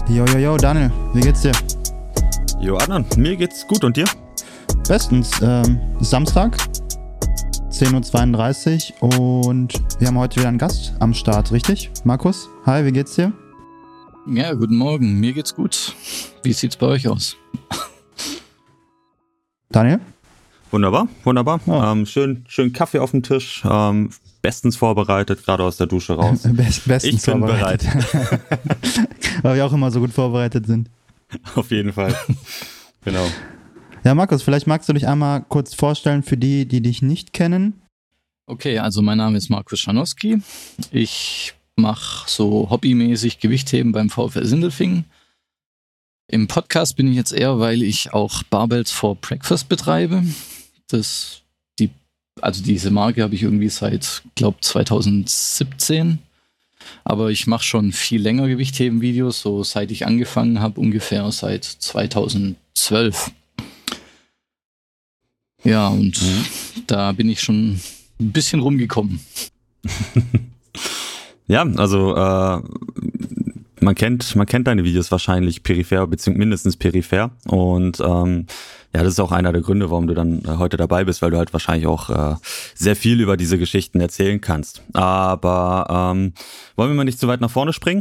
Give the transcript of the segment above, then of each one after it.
Jo, jo, jo, Daniel, wie geht's dir? Jo, Adnan, mir geht's gut und dir? Bestens. Samstag, 10:32 Uhr und wir haben heute wieder einen Gast am Start, richtig? Markus, hi, wie geht's dir? Ja, guten Morgen, mir geht's gut. Wie sieht's bei euch aus? Daniel? Wunderbar, wunderbar. Oh. Schön Kaffee auf dem Tisch, bestens vorbereitet, gerade aus der Dusche raus. Bestens Ich bin bereit. Weil wir auch immer so gut vorbereitet sind. Auf jeden Fall. Genau. Ja, Markus, vielleicht magst du dich einmal kurz vorstellen für die, die dich nicht kennen. Okay, also mein Name ist Markus Schanowski. Ich mache so hobbymäßig Gewichtheben beim VfL Sindelfingen. Im Podcast bin ich jetzt eher, weil ich auch Barbells for Breakfast betreibe. Diese Marke habe ich irgendwie seit, glaube 2017. Aber ich mache schon viel länger Gewichtheben-Videos, so seit ich angefangen habe, ungefähr seit 2012. Ja, und da bin ich schon ein bisschen rumgekommen. Ja, also man kennt deine Videos wahrscheinlich peripher, beziehungsweise mindestens peripher. Und ja, das ist auch einer der Gründe, warum du dann heute dabei bist, weil du halt wahrscheinlich auch sehr viel über diese Geschichten erzählen kannst. Aber wollen wir mal nicht zu weit nach vorne springen?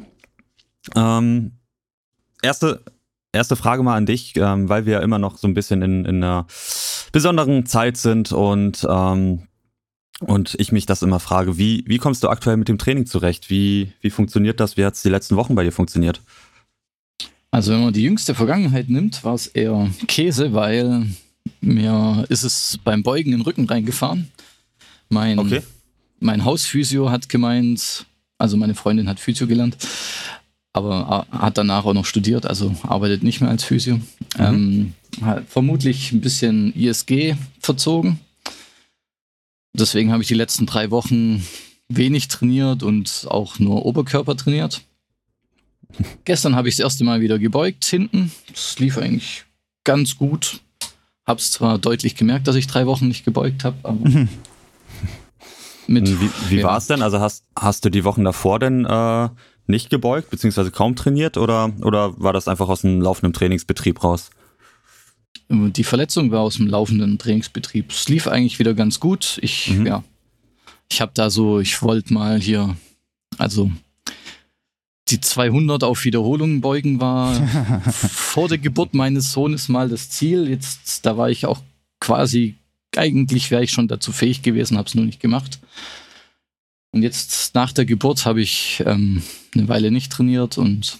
Erste Frage mal an dich, weil wir ja immer noch so ein bisschen in einer besonderen Zeit sind und ich mich das immer frage, wie kommst du aktuell mit dem Training zurecht? Wie funktioniert das? Wie hat es die letzten Wochen bei dir funktioniert? Also wenn man die jüngste Vergangenheit nimmt, war es eher Käse, weil mir ist es beim Beugen in den Rücken reingefahren. Mein Hausphysio hat gemeint, also meine Freundin hat Physio gelernt, aber hat danach auch noch studiert, also arbeitet nicht mehr als Physio. Hat vermutlich ein bisschen ISG verzogen. Deswegen habe ich die letzten 3 Wochen wenig trainiert und auch nur Oberkörper trainiert. Gestern habe ich das erste Mal wieder gebeugt hinten. Das lief eigentlich ganz gut. Habe es zwar deutlich gemerkt, dass ich 3 Wochen nicht gebeugt habe, aber Wie war es denn? Also hast du die Wochen davor denn nicht gebeugt, beziehungsweise kaum trainiert oder war das einfach aus dem laufenden Trainingsbetrieb raus? Die Verletzung war aus dem laufenden Trainingsbetrieb. Es lief eigentlich wieder ganz gut. Ich wollte mal hier, also die 200 auf Wiederholungen beugen war vor der Geburt meines Sohnes mal das Ziel. Da war ich auch quasi, eigentlich wäre ich schon dazu fähig gewesen, habe es nur nicht gemacht. Und jetzt nach der Geburt habe ich eine Weile nicht trainiert und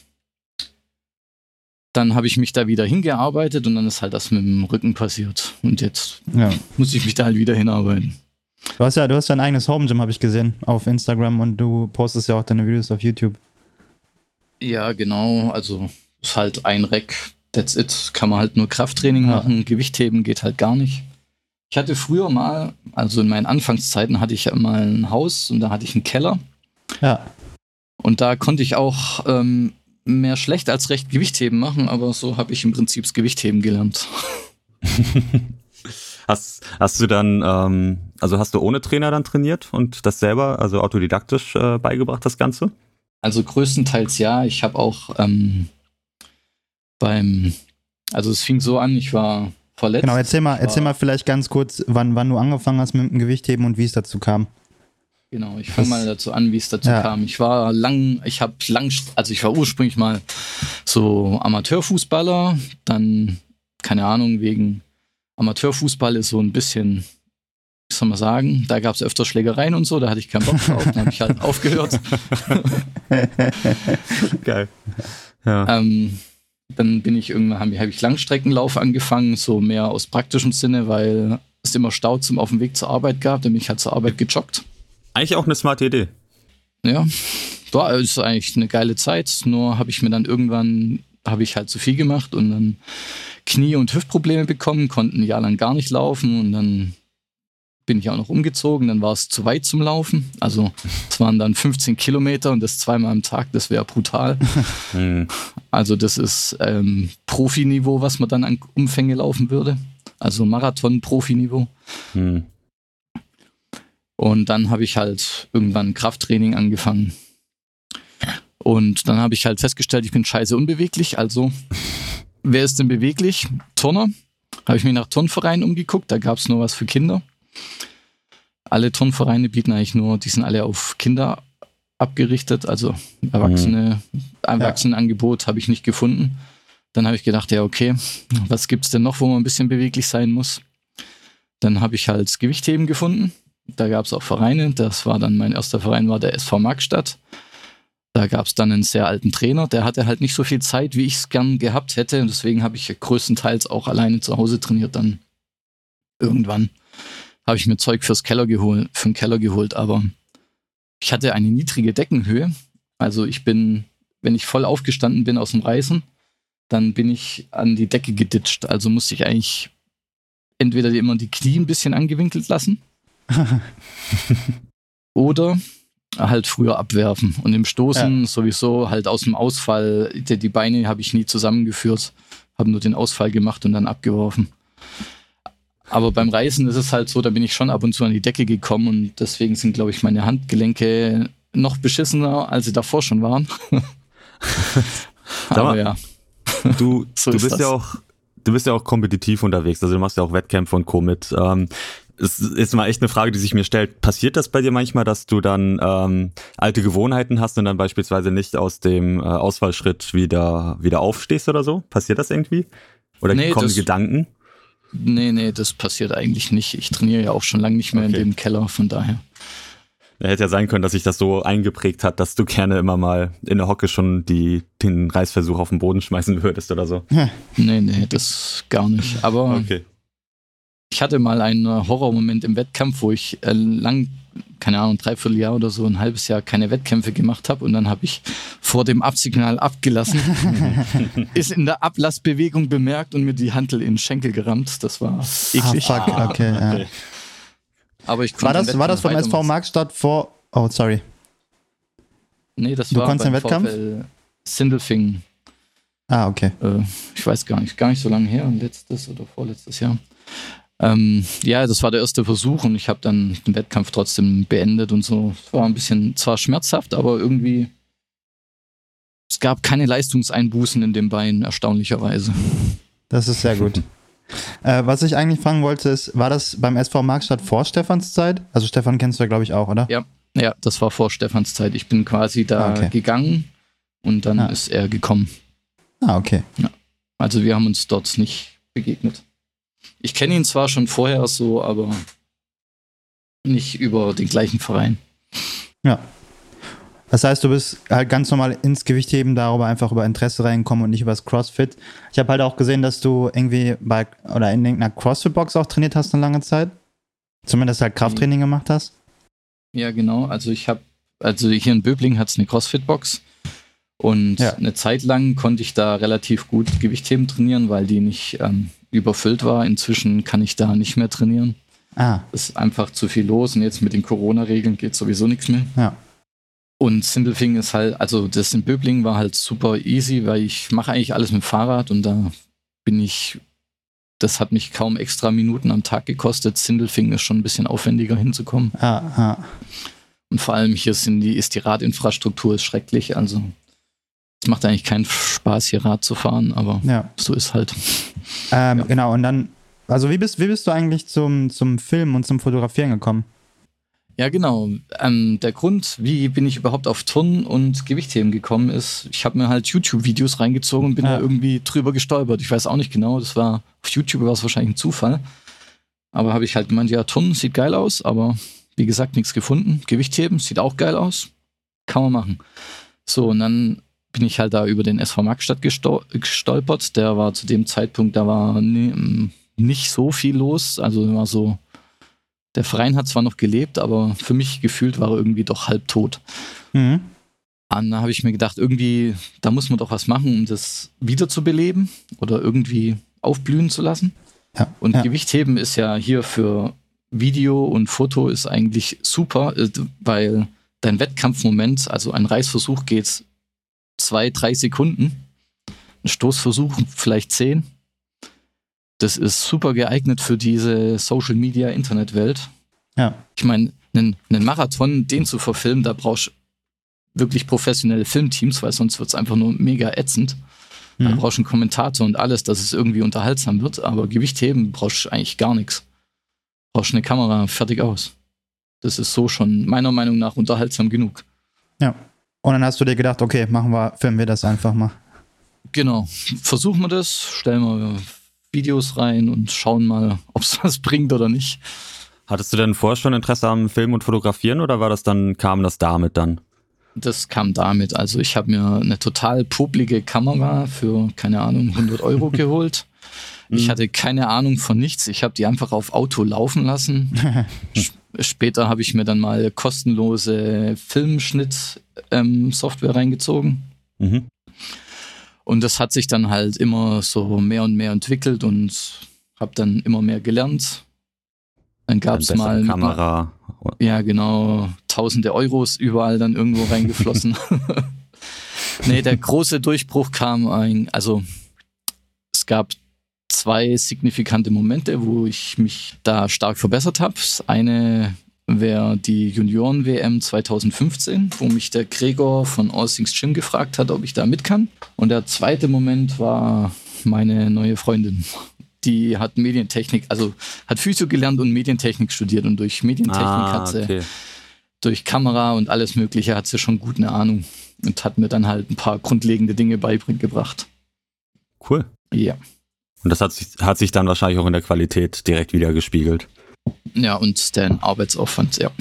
dann habe ich mich da wieder hingearbeitet und dann ist halt das mit dem Rücken passiert. Und jetzt muss ich mich da halt wieder hinarbeiten. Du hast dein eigenes Home Gym, habe ich gesehen, auf Instagram und du postest ja auch deine Videos auf YouTube. Ja, genau. Also ist halt ein Rack, that's it. Kann man halt nur Krafttraining machen. Gewichtheben geht halt gar nicht. Ich hatte früher mal, also in meinen Anfangszeiten hatte ich ja mal ein Haus und da hatte ich einen Keller. Ja. Und da konnte ich auch mehr schlecht als recht Gewichtheben machen, aber so habe ich im Prinzip das Gewichtheben gelernt. Hast du dann, hast du ohne Trainer dann trainiert und das selber, also autodidaktisch beigebracht, das Ganze? Also größtenteils ja. Ich habe auch es fing so an, ich war verletzt. Genau, erzähl mal vielleicht ganz kurz, wann du angefangen hast mit dem Gewichtheben und wie es dazu kam. Genau, ich fange mal dazu an, wie es dazu kam. Ich war ursprünglich mal so Amateurfußballer, dann, keine Ahnung, wegen Amateurfußball ist so ein bisschen, wie soll man sagen, da gab es öfter Schlägereien und so, da hatte ich keinen Bock drauf, dann habe ich halt aufgehört. Geil. Ja. Dann habe ich Langstreckenlauf angefangen, so mehr aus praktischem Sinne, weil es immer Stau auf dem Weg zur Arbeit gab, dann bin ich halt zur Arbeit gejoggt. Eigentlich auch eine smarte Idee. Ja, ist eigentlich eine geile Zeit, nur habe ich mir dann irgendwann, halt zu viel gemacht und dann Knie- und Hüftprobleme bekommen, konnte ein Jahr lang gar nicht laufen und dann bin ich auch noch umgezogen, dann war es zu weit zum Laufen. Also es waren dann 15 Kilometer und das 2-mal am Tag, das wäre brutal. Also das ist Profiniveau, was man dann an Umfänge laufen würde. Also Marathon-Profiniveau. Und dann habe ich halt irgendwann Krafttraining angefangen. Und dann habe ich halt festgestellt, ich bin scheiße unbeweglich. Also, wer ist denn beweglich? Turner. Habe ich mich nach Turnvereinen umgeguckt, da gab es nur was für Kinder. Alle Turnvereine bieten eigentlich nur, die sind alle auf Kinder abgerichtet, also Erwachsenenangebot habe ich nicht gefunden. Dann habe ich gedacht, ja okay, was gibt's denn noch, wo man ein bisschen beweglich sein muss? Dann habe ich halt Gewichtheben gefunden. Da gab es auch Vereine. Das war dann, mein erster Verein war der SV Markstadt. Da gab es dann einen sehr alten Trainer, der hatte halt nicht so viel Zeit, wie ich es gern gehabt hätte. Und deswegen habe ich größtenteils auch alleine zu Hause trainiert. Dann irgendwann habe ich mir Zeug für den Keller geholt, aber ich hatte eine niedrige Deckenhöhe. Also wenn ich voll aufgestanden bin aus dem Reißen, dann bin ich an die Decke geditscht. Also musste ich eigentlich entweder immer die Knie ein bisschen angewinkelt lassen oder halt früher abwerfen. Und im Stoßen sowieso halt aus dem Ausfall, die Beine habe ich nie zusammengeführt, habe nur den Ausfall gemacht und dann abgeworfen. Aber beim Reißen ist es halt so, da bin ich schon ab und zu an die Decke gekommen und deswegen sind, glaube ich, meine Handgelenke noch beschissener, als sie davor schon waren. Aber mal, ja. Du bist ja auch kompetitiv unterwegs, also du machst ja auch Wettkämpfe und Co. mit. Es ist mal echt eine Frage, die sich mir stellt. Passiert das bei dir manchmal, dass du dann alte Gewohnheiten hast und dann beispielsweise nicht aus dem Ausfallschritt wieder aufstehst oder so? Passiert das irgendwie? Oder kommen Gedanken? Nee, das passiert eigentlich nicht. Ich trainiere ja auch schon lange nicht mehr in dem Keller, von daher. Ja, hätte ja sein können, dass sich das so eingeprägt hat, dass du gerne immer mal in der Hocke schon den Reißversuch auf den Boden schmeißen würdest oder so. Nee, das gar nicht. Aber ich hatte mal einen Horrormoment im Wettkampf, wo ich lang, keine Ahnung, 3/4 Jahr oder so, ein halbes Jahr keine Wettkämpfe gemacht habe und dann habe ich vor dem Absignal abgelassen, ist in der Ablassbewegung bemerkt und mir die Hantel in den Schenkel gerammt. Das war eklig. Ah, fuck, okay. Ja. Aber ich war das vom SV Markstadt vor... Oh, sorry. Nee, das war beim VfL Sindelfingen. Ah, okay. Ich weiß gar nicht so lange her, letztes oder vorletztes Jahr. Ja, das war der erste Versuch und ich habe dann den Wettkampf trotzdem beendet und so. Es war ein bisschen zwar schmerzhaft, aber irgendwie es gab keine Leistungseinbußen in dem Bein, erstaunlicherweise. Das ist sehr gut. Was ich eigentlich fragen wollte ist, war das beim SV Markstadt vor Stefans Zeit? Also Stefan kennst du ja, glaube ich, auch, oder? Ja, das war vor Stefans Zeit. Ich bin quasi da gegangen und dann ist er gekommen. Ah, okay. Ja. Also wir haben uns dort nicht begegnet. Ich kenne ihn zwar schon vorher so, aber nicht über den gleichen Verein. Ja. Das heißt, du bist halt ganz normal ins Gewichtheben darüber einfach über Interesse reingekommen und nicht über das CrossFit. Ich habe halt auch gesehen, dass du irgendwie in irgendeiner CrossFit-Box auch trainiert hast eine lange Zeit. Zumindest halt Krafttraining gemacht hast. Ja, genau. Also hier in Böblingen hat es eine CrossFit-Box. Und eine Zeit lang konnte ich da relativ gut Gewichtheben trainieren, weil die nicht überfüllt war. Inzwischen kann ich da nicht mehr trainieren. Es ist einfach zu viel los und jetzt mit den Corona-Regeln geht sowieso nichts mehr. Ja. Und Sindelfingen ist halt, also das in Böblingen war halt super easy, weil ich mache eigentlich alles mit dem Fahrrad und da das hat mich kaum extra Minuten am Tag gekostet. Sindelfingen ist schon ein bisschen aufwendiger hinzukommen. Und vor allem hier ist die Radinfrastruktur schrecklich, also es macht eigentlich keinen Spaß, hier Rad zu fahren, aber so ist halt. Genau, und dann, also wie bist du eigentlich zum Filmen und zum Fotografieren gekommen? Ja, genau. Der Grund, wie bin ich überhaupt auf Turnen und Gewichtheben gekommen ist, ich habe mir halt YouTube-Videos reingezogen und bin da irgendwie drüber gestolpert. Ich weiß auch nicht genau, auf YouTube war es wahrscheinlich ein Zufall. Aber habe ich halt gemeint, ja, Turnen sieht geil aus, aber wie gesagt, nichts gefunden. Gewichtheben sieht auch geil aus. Kann man machen. So, und dann bin ich halt da über den SV Markstadt gestolpert. Der war zu dem Zeitpunkt, da war nicht so viel los. Also war so, der Verein hat zwar noch gelebt, aber für mich gefühlt war er irgendwie doch halbtot. Und dann habe ich mir gedacht, irgendwie, da muss man doch was machen, um das wiederzubeleben oder irgendwie aufblühen zu lassen. Und Gewichtheben ist ja hier für Video und Foto ist eigentlich super, weil dein Wettkampfmoment, also ein Reißversuch geht 2-3 Sekunden, ein Stoßversuch vielleicht 10. Das ist super geeignet für diese Social-Media-Internet-Welt. Ja. Ich meine, einen Marathon, den zu verfilmen, da brauchst wirklich professionelle Filmteams, weil sonst wird es einfach nur mega ätzend. Da brauchst du einen Kommentator und alles, dass es irgendwie unterhaltsam wird, aber Gewichtheben brauchst du eigentlich gar nichts. Brauchst eine Kamera, fertig aus. Das ist so schon meiner Meinung nach unterhaltsam genug. Ja. Und dann hast du dir gedacht, okay, filmen wir das einfach mal. Genau. Versuchen wir das, stellen wir Videos rein und schauen mal, ob es was bringt oder nicht. Hattest du denn vorher schon Interesse am Filmen und Fotografieren oder kam das damit dann? Das kam damit. Also ich habe mir eine total publige Kamera für, keine Ahnung, 100 € geholt. Ich hatte keine Ahnung von nichts. Ich habe die einfach auf Auto laufen lassen. Später habe ich mir dann mal kostenlose Filmschnitt-Software reingezogen. Mhm. Und das hat sich dann halt immer so mehr und mehr entwickelt und habe dann immer mehr gelernt. Dann gab es mal Kamera. Ja, genau. Tausende Euros überall dann irgendwo reingeflossen. Nee, der große Durchbruch kam also es gab 2 signifikante Momente, wo ich mich da stark verbessert habe. Das eine wäre die Junioren-WM 2015, wo mich der Gregor von All Things Gym gefragt hat, ob ich da mit kann. Und der zweite Moment war meine neue Freundin. Die hat Medientechnik, also hat Physio gelernt und Medientechnik studiert. Und durch Medientechnik hat sie, durch Kamera und alles Mögliche, hat sie schon gut eine Ahnung und hat mir dann halt ein paar grundlegende Dinge beigebracht. Cool. Ja. Und das hat sich dann wahrscheinlich auch in der Qualität direkt wieder gespiegelt. Ja, und den Arbeitsaufwand, ja.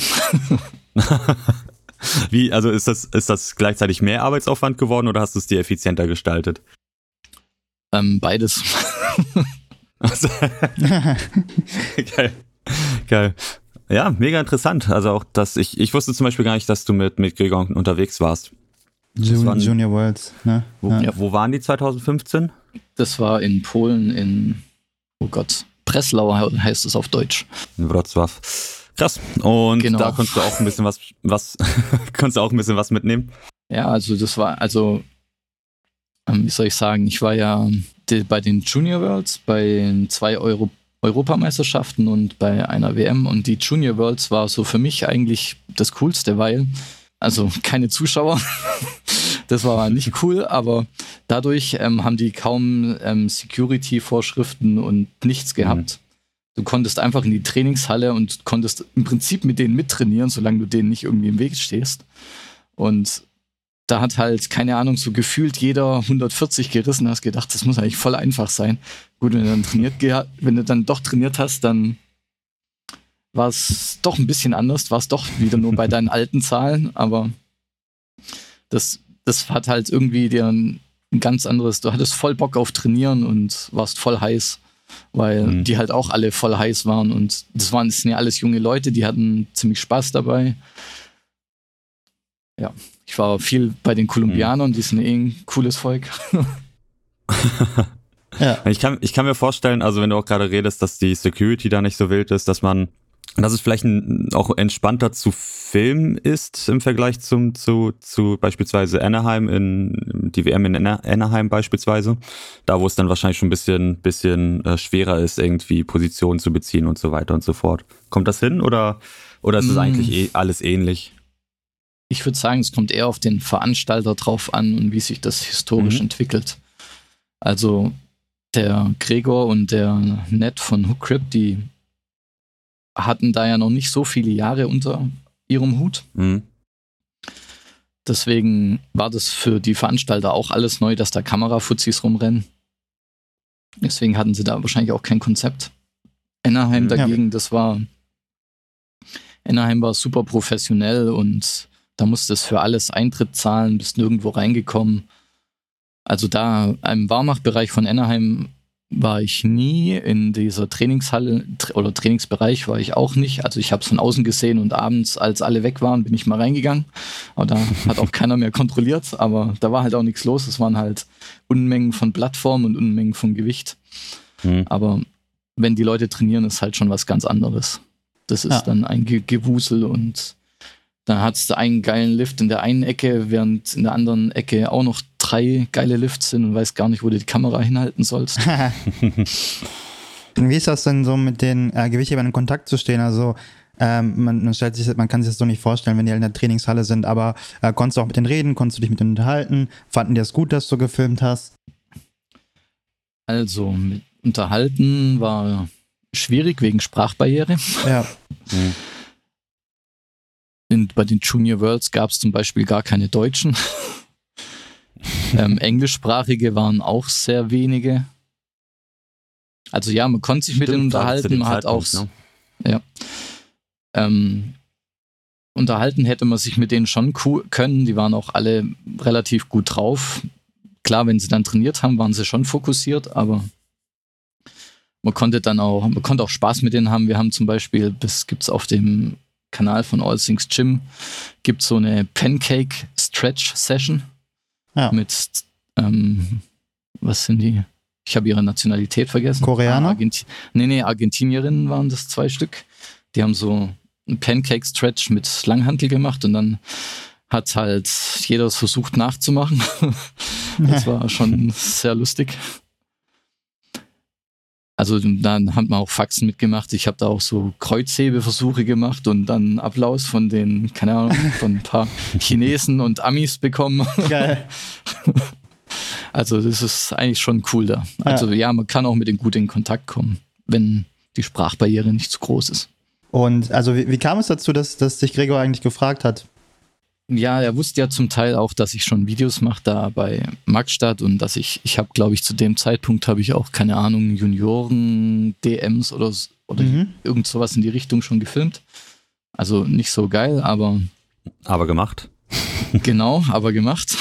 Wie, also ist das gleichzeitig mehr Arbeitsaufwand geworden oder hast du es dir effizienter gestaltet? Beides. Geil. Ja, mega interessant. Also auch, dass ich wusste zum Beispiel gar nicht, dass du mit Gregor unterwegs warst. Junior Worlds, ne? Wo waren die 2015? Das war in Polen Breslau heißt es auf Deutsch. In Wrocław. Krass. Und genau. Da konntest du auch ein bisschen was mitnehmen? Ja, also das war, wie soll ich sagen, ich war ja bei den Junior Worlds, bei 2 Europameisterschaften und bei einer WM, und die Junior Worlds war so für mich eigentlich das Coolste, weil, also keine Zuschauer, das war nicht cool, aber dadurch haben die kaum Security-Vorschriften und nichts gehabt. Du konntest einfach in die Trainingshalle und konntest im Prinzip mit denen mittrainieren, solange du denen nicht irgendwie im Weg stehst. Und da hat halt, keine Ahnung, so gefühlt jeder 140 gerissen, hast gedacht, das muss eigentlich voll einfach sein. Gut, wenn du dann doch trainiert hast, dann war es doch ein bisschen anders, war es doch wieder nur bei deinen alten Zahlen, aber das hat halt irgendwie dir ein ganz anderes, du hattest voll Bock auf Trainieren und warst voll heiß, weil die halt auch alle voll heiß waren, und das sind ja alles junge Leute, die hatten ziemlich Spaß dabei. Ja, ich war viel bei den Kolumbianern, die sind ein cooles Volk. Ja. Ich kann mir vorstellen, also wenn du auch gerade redest, dass die Security da nicht so wild ist, dass es vielleicht auch entspannter zu filmen ist im Vergleich zu beispielsweise Anaheim, die WM in Anaheim beispielsweise. Da, wo es dann wahrscheinlich schon ein bisschen schwerer ist, irgendwie Positionen zu beziehen und so weiter und so fort. Kommt das hin oder ist es eigentlich alles ähnlich? Ich würde sagen, es kommt eher auf den Veranstalter drauf an und wie sich das historisch entwickelt. Also der Gregor und der Ned von Hook Grip, die hatten da ja noch nicht so viele Jahre unter ihrem Hut. Deswegen war das für die Veranstalter auch alles neu, dass da Kamerafuzis rumrennen. Deswegen hatten sie da wahrscheinlich auch kein Konzept. Anaheim dagegen, Anaheim war super professionell und da musstest für alles Eintritt zahlen, bist nirgendwo reingekommen. Also da im Warmach-Bereich von Anaheim war ich nie, in dieser Trainingshalle oder Trainingsbereich war ich auch nicht. Also ich habe es von außen gesehen und abends, als alle weg waren, bin ich mal reingegangen. Aber da hat auch keiner mehr kontrolliert, aber da war halt auch nichts los. Es waren halt Unmengen von Plattform und Unmengen von Gewicht. Aber wenn die Leute trainieren, ist halt schon was ganz anderes. Das ist dann ein Gewusel, und da hattest du einen geilen Lift in der einen Ecke, während in der anderen Ecke auch noch 3 geile Lifts sind und weißt gar nicht, wo du die Kamera hinhalten sollst. Wie ist das denn so, mit den Gewichthebern in Kontakt zu stehen? Also Man kann sich das so nicht vorstellen, wenn die in der Trainingshalle sind, aber konntest du auch mit denen reden, konntest du dich mit denen unterhalten? Fanden die es gut, dass du gefilmt hast? Also, mit unterhalten war schwierig wegen Sprachbarriere. Ja. Bei den Junior Worlds gab es zum Beispiel gar keine Deutschen. Englischsprachige waren auch sehr wenige. Also ja, man konnte sich mit denen unterhalten, man hat auch... Ne? Ja. Unterhalten hätte man sich mit denen schon können, die waren auch alle relativ gut drauf. Klar, wenn sie dann trainiert haben, waren sie schon fokussiert, aber man konnte auch Spaß mit denen haben. Wir haben zum Beispiel, das gibt's auf dem Kanal von All Things Gym, gibt so eine Pancake Stretch Session mit, was sind die? Ich habe ihre Nationalität vergessen. Koreaner? Argentinierinnen waren das 2 Stück. Die haben so einen Pancake Stretch mit Langhantel gemacht und dann hat halt jeder versucht nachzumachen. Das war schon sehr lustig. Also dann hat man auch Faxen mitgemacht. Ich habe da auch so Kreuzhebeversuche gemacht und dann Applaus von den, keine Ahnung, von ein paar Chinesen und Amis bekommen. Geil. Also das ist eigentlich schon cool da. Also ja, man kann auch mit denen gut in Kontakt kommen, wenn die Sprachbarriere nicht zu groß ist. Und also wie kam es dazu, dass dich Gregor eigentlich gefragt hat? Ja, er wusste ja zum Teil auch, dass ich schon Videos mache da bei Magstadt und dass ich habe, glaube ich, zu dem Zeitpunkt habe ich auch, keine Ahnung, Junioren-DMs oder irgend sowas in die Richtung schon gefilmt. Also nicht so geil, aber... Aber gemacht. Genau, aber gemacht.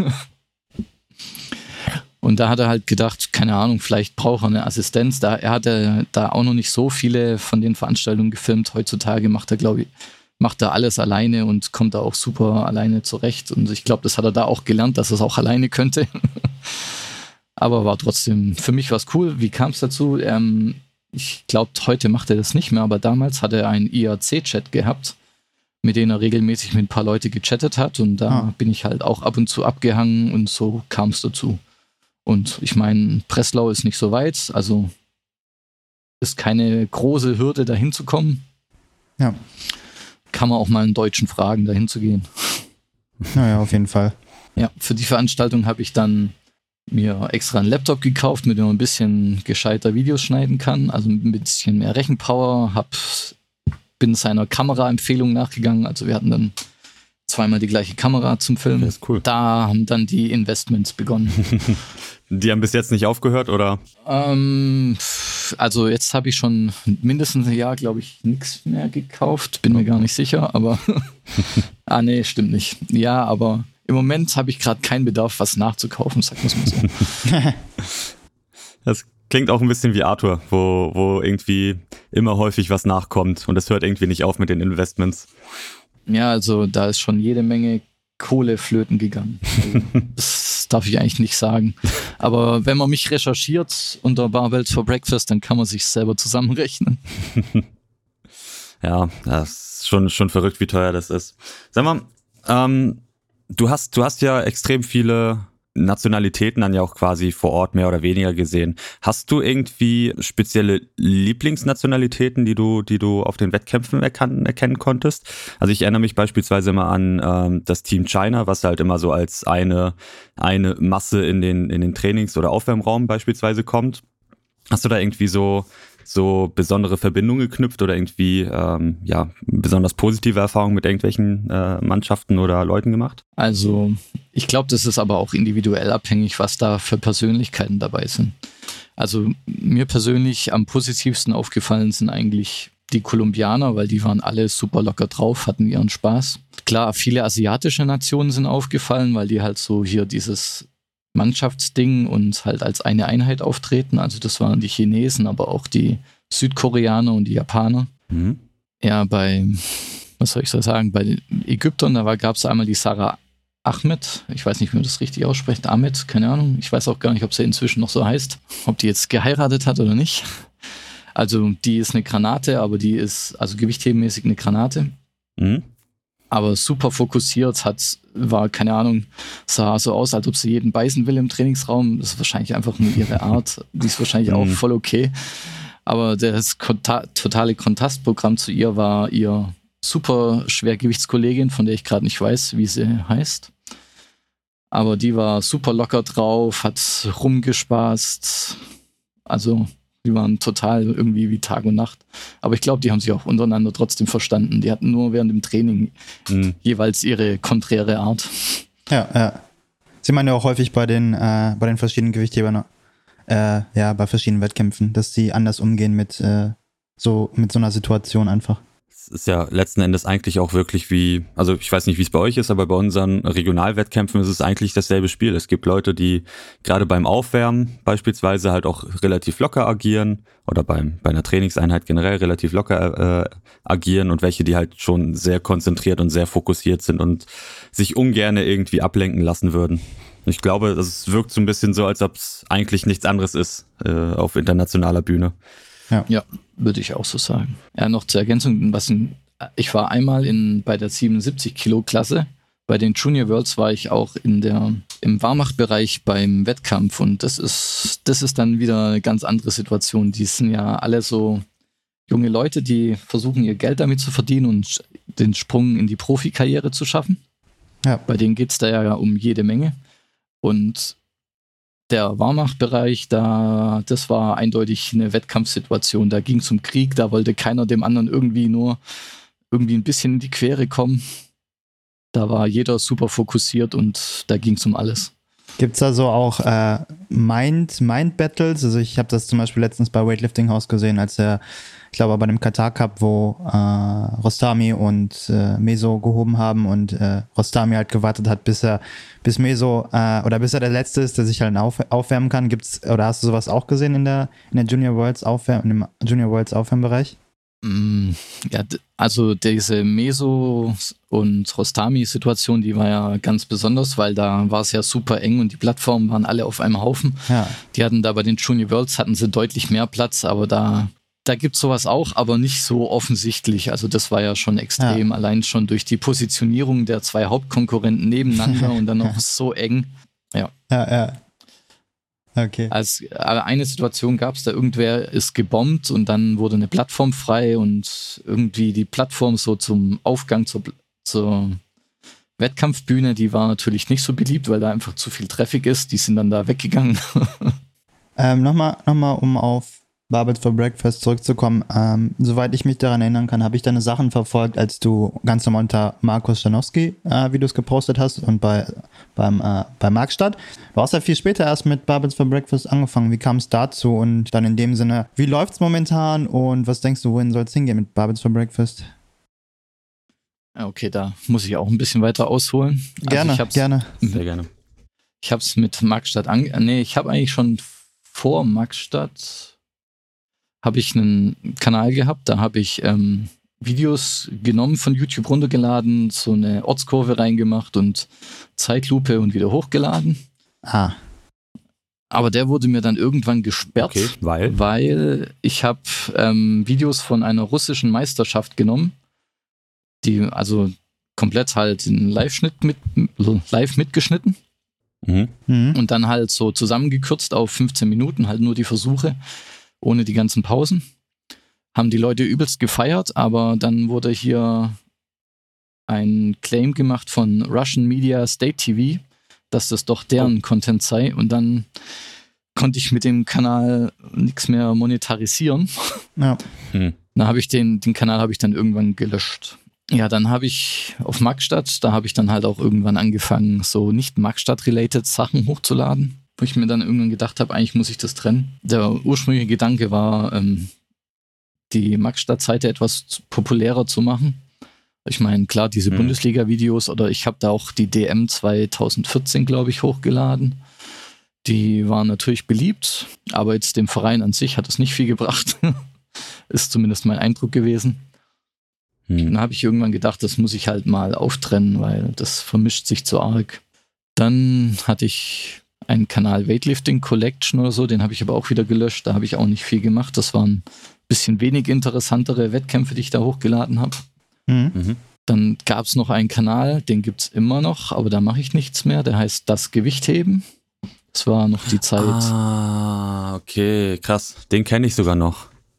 Und da hat er halt gedacht, keine Ahnung, vielleicht braucht er eine Assistenz. Er hatte da auch noch nicht so viele von den Veranstaltungen gefilmt. Heutzutage macht er alles alleine und kommt da auch super alleine zurecht. Und ich glaube, das hat er da auch gelernt, dass er es auch alleine könnte. Aber war trotzdem, für mich war es cool. Wie kam es dazu? Ich glaube, heute macht er das nicht mehr, aber damals hat er einen IRC-Chat gehabt, mit dem er regelmäßig mit ein paar Leute gechattet hat. Und da bin ich halt auch ab und zu abgehangen und so kam es dazu. Und ich meine, Breslau ist nicht so weit, also ist keine große Hürde, da hinzukommen. Ja. Kann man auch mal einen Deutschen fragen, da hinzugehen. Naja, auf jeden Fall. Ja, für die Veranstaltung habe ich dann mir extra einen Laptop gekauft, mit dem man ein bisschen gescheiter Videos schneiden kann, also ein bisschen mehr Rechenpower, bin seiner Kameraempfehlung nachgegangen, also wir hatten dann zweimal die gleiche Kamera zum Filmen. Das ist cool. Da haben dann die Investments begonnen. Die haben bis jetzt nicht aufgehört, oder? Also jetzt habe ich schon mindestens ein Jahr, glaube ich, nichts mehr gekauft. Bin mir gar nicht sicher, aber nee, stimmt nicht. Ja, aber im Moment habe ich gerade keinen Bedarf, was nachzukaufen, sagen wir es mal so. Das klingt auch ein bisschen wie Arthur, wo irgendwie immer häufig was nachkommt und es hört irgendwie nicht auf mit den Investments. Ja, also da ist schon jede Menge Kohle flöten gegangen. Also, das darf ich eigentlich nicht sagen. Aber wenn man mich recherchiert unter Barbells for Breakfast, dann kann man sich selber zusammenrechnen. Ja, das ist schon verrückt, wie teuer das ist. Sag mal, du hast ja extrem viele Nationalitäten dann ja auch quasi vor Ort mehr oder weniger gesehen. Hast du irgendwie spezielle Lieblingsnationalitäten, die du auf den Wettkämpfen erkennen konntest? Also ich erinnere mich beispielsweise immer an das Team China, was halt immer so als eine Masse in den Trainings- oder Aufwärmraum beispielsweise kommt. Hast du da irgendwie so besondere Verbindungen geknüpft oder irgendwie besonders positive Erfahrungen mit irgendwelchen Mannschaften oder Leuten gemacht? Also ich glaube, das ist aber auch individuell abhängig, was da für Persönlichkeiten dabei sind. Also mir persönlich am positivsten aufgefallen sind eigentlich die Kolumbianer, weil die waren alle super locker drauf, hatten ihren Spaß. Klar, viele asiatische Nationen sind aufgefallen, weil die halt so hier dieses Mannschaftsding und halt als eine Einheit auftreten. Also das waren die Chinesen, aber auch die Südkoreaner und die Japaner. Mhm. Ja, bei den Ägyptern, da gab es einmal die Sarah Ahmed. Ich weiß nicht, wie man das richtig ausspricht. Ahmed, keine Ahnung. Ich weiß auch gar nicht, ob sie inzwischen noch so heißt. Ob die jetzt geheiratet hat oder nicht. Also die ist eine Granate, aber die ist also gewichthebenmäßig eine Granate. Mhm. Aber super fokussiert, war, keine Ahnung, sah so aus, als ob sie jeden beißen will im Trainingsraum. Das ist wahrscheinlich einfach nur ihre Art. Die ist wahrscheinlich auch voll okay. Aber das totale Kontrastprogramm zu ihr war ihr super Schwergewichtskollegin, von der ich gerade nicht weiß, wie sie heißt. Aber die war super locker drauf, hat rumgespaßt. Also die waren total irgendwie wie Tag und Nacht. Aber ich glaube, die haben sich auch untereinander trotzdem verstanden. Die hatten nur während dem Training jeweils ihre konträre Art. Ja. Sieht man ja auch häufig bei den verschiedenen Gewichthebern, bei verschiedenen Wettkämpfen, dass die anders umgehen mit so einer Situation einfach. Es ist ja letzten Endes eigentlich auch wirklich wie, also ich weiß nicht, wie es bei euch ist, aber bei unseren Regionalwettkämpfen ist es eigentlich dasselbe Spiel. Es gibt Leute, die gerade beim Aufwärmen beispielsweise halt auch relativ locker agieren oder bei einer Trainingseinheit generell relativ locker agieren und welche, die halt schon sehr konzentriert und sehr fokussiert sind und sich ungern irgendwie ablenken lassen würden. Ich glaube, das wirkt so ein bisschen so, als ob es eigentlich nichts anderes ist auf internationaler Bühne. Ja, würde ich auch so sagen. Ja, noch zur Ergänzung, ich war einmal bei der 77-Kilo-Klasse. Bei den Junior Worlds war ich auch im Warmach-Bereich beim Wettkampf und das ist dann wieder eine ganz andere Situation. Die sind ja alle so junge Leute, die versuchen ihr Geld damit zu verdienen und den Sprung in die Profikarriere zu schaffen. Ja. Bei denen geht es da ja um jede Menge. Und der Warmach-Bereich, das war eindeutig eine Wettkampfsituation. Da ging es um Krieg, da wollte keiner dem anderen irgendwie ein bisschen in die Quere kommen. Da war jeder super fokussiert und da ging es um alles. Gibt es da so auch Mind-Battles? Also ich habe das zum Beispiel letztens bei Weightlifting House gesehen, ich glaube bei dem Katar Cup, wo Rostami und Meso gehoben haben und Rostami halt gewartet hat, bis er der Letzte ist, der sich halt aufwärmen kann. Oder hast du sowas auch gesehen in der Junior Worlds im Junior Worlds Aufwärmbereich? Ja, also diese Meso und Rostami-Situation, die war ja ganz besonders, weil da war es ja super eng und die Plattformen waren alle auf einem Haufen. Ja. Die hatten da bei den Junior Worlds hatten sie deutlich mehr Platz, aber da gibt es sowas auch, aber nicht so offensichtlich. Also das war ja schon extrem, allein schon durch die Positionierung der zwei Hauptkonkurrenten nebeneinander und dann noch so eng. Ja. Okay. Aber eine Situation gab es, da irgendwer ist gebombt und dann wurde eine Plattform frei und irgendwie die Plattform so zum Aufgang zur Wettkampfbühne, die war natürlich nicht so beliebt, weil da einfach zu viel Traffic ist. Die sind dann da weggegangen. Nochmal, um auf Barbells for Breakfast zurückzukommen. Soweit ich mich daran erinnern kann, habe ich deine Sachen verfolgt, als du ganz normal unter Markus Stanowski Videos gepostet hast und bei Markstadt. Du hast ja viel später erst mit Barbells for Breakfast angefangen. Wie kam es dazu? Und dann in dem Sinne, wie läuft es momentan und was denkst du, wohin soll es hingehen mit Barbells for Breakfast? Okay, da muss ich auch ein bisschen weiter ausholen. Gerne. Sehr gerne. Ich habe es mit Markstadt ich habe eigentlich schon vor Markstadt habe ich einen Kanal gehabt, da habe ich Videos genommen, von YouTube runtergeladen, so eine Ortskurve reingemacht und Zeitlupe und wieder hochgeladen. Aber der wurde mir dann irgendwann gesperrt, weil ich habe Videos von einer russischen Meisterschaft genommen, die also komplett halt in live mitgeschnitten. Und dann halt so zusammengekürzt auf 15 Minuten, halt nur die Versuche, ohne die ganzen Pausen. Haben die Leute übelst gefeiert, aber dann wurde hier ein Claim gemacht von Russian Media State TV, dass das doch deren Content sei und dann konnte ich mit dem Kanal nichts mehr monetarisieren. Ja. Dann habe ich den Kanal habe ich dann irgendwann gelöscht. Ja, dann habe ich auf Markstadt, da habe ich dann halt auch irgendwann angefangen, so nicht Markstadt-related Sachen hochzuladen, wo ich mir dann irgendwann gedacht habe, eigentlich muss ich das trennen. Der ursprüngliche Gedanke war, die Markstadt-Seite etwas populärer zu machen. Ich meine, klar, diese Bundesliga-Videos oder ich habe da auch die DM 2014, glaube ich, hochgeladen. Die waren natürlich beliebt, aber jetzt dem Verein an sich hat es nicht viel gebracht. Ist zumindest mein Eindruck gewesen. Dann habe ich irgendwann gedacht, das muss ich halt mal auftrennen, weil das vermischt sich zu arg. Dann hatte ich einen Kanal Weightlifting Collection oder so, den habe ich aber auch wieder gelöscht. Da habe ich auch nicht viel gemacht. Das waren ein bisschen wenig interessantere Wettkämpfe, die ich da hochgeladen habe. Dann gab es noch einen Kanal, den gibt es immer noch, aber da mache ich nichts mehr. Der heißt Das Gewichtheben. Das war noch die Zeit. Okay, krass. Den kenne ich sogar noch.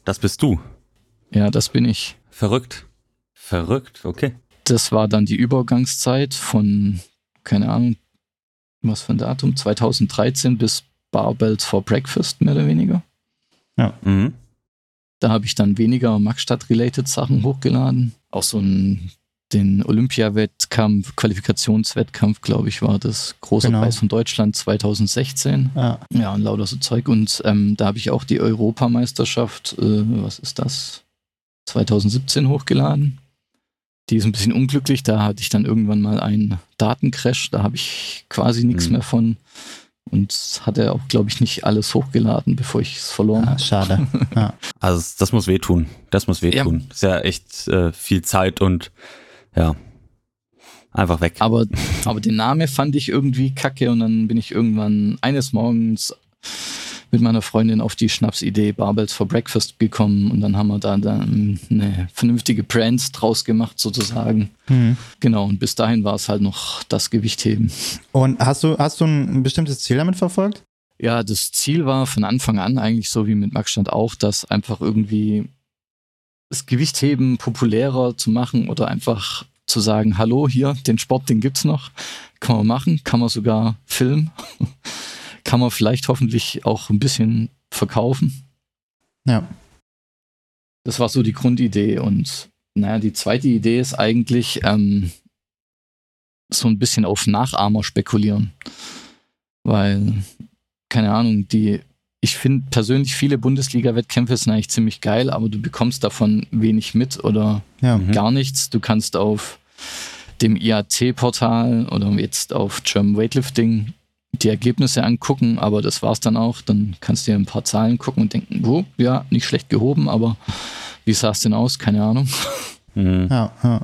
Das bist du? Ja, das bin ich. Verrückt, okay. Das war dann die Übergangszeit von, keine Ahnung, was für ein Datum, 2013 bis Barbells for Breakfast, mehr oder weniger. Ja. Mhm. Da habe ich dann weniger Magstadt-related Sachen hochgeladen. Auch so den Olympia-Wettkampf, Qualifikationswettkampf, glaube ich, war das. Großer Preis von Deutschland 2016. Ja, und lauter so Zeug. Und da habe ich auch die Europameisterschaft, was ist das? 2017 hochgeladen. Die ist ein bisschen unglücklich. Da hatte ich dann irgendwann mal einen Datencrash. Da habe ich quasi nichts mehr von. Und hatte auch, glaube ich, nicht alles hochgeladen, bevor ich es verloren habe. Schade. Ja. Also das muss wehtun. Das muss wehtun. Ja. Ist ja echt viel Zeit und ja, einfach weg. Aber den Namen fand ich irgendwie kacke und dann bin ich irgendwann eines Morgens mit meiner Freundin auf die Schnapsidee Barbells for Breakfast gekommen und dann haben wir da dann eine vernünftige Brand draus gemacht sozusagen. Mhm. Genau, und bis dahin war es halt noch das Gewichtheben. Und hast du ein bestimmtes Ziel damit verfolgt? Ja, das Ziel war von Anfang an eigentlich so wie mit Magstand auch, dass einfach irgendwie das Gewichtheben populärer zu machen oder einfach zu sagen, hallo, hier, den Sport, den gibt's noch, kann man machen, kann man sogar filmen. Kann man vielleicht hoffentlich auch ein bisschen verkaufen. Ja. Das war so die Grundidee. Und naja, die zweite Idee ist eigentlich so ein bisschen auf Nachahmer spekulieren. Weil, keine Ahnung, ich finde persönlich viele Bundesliga-Wettkämpfe sind eigentlich ziemlich geil, aber du bekommst davon wenig mit oder gar nichts. Du kannst auf dem IAT-Portal oder jetzt auf German Weightlifting die Ergebnisse angucken, aber das war's dann auch. Dann kannst du dir ein paar Zahlen gucken und denken, ja, nicht schlecht gehoben, aber wie sah es denn aus? Keine Ahnung. Mhm. Ja.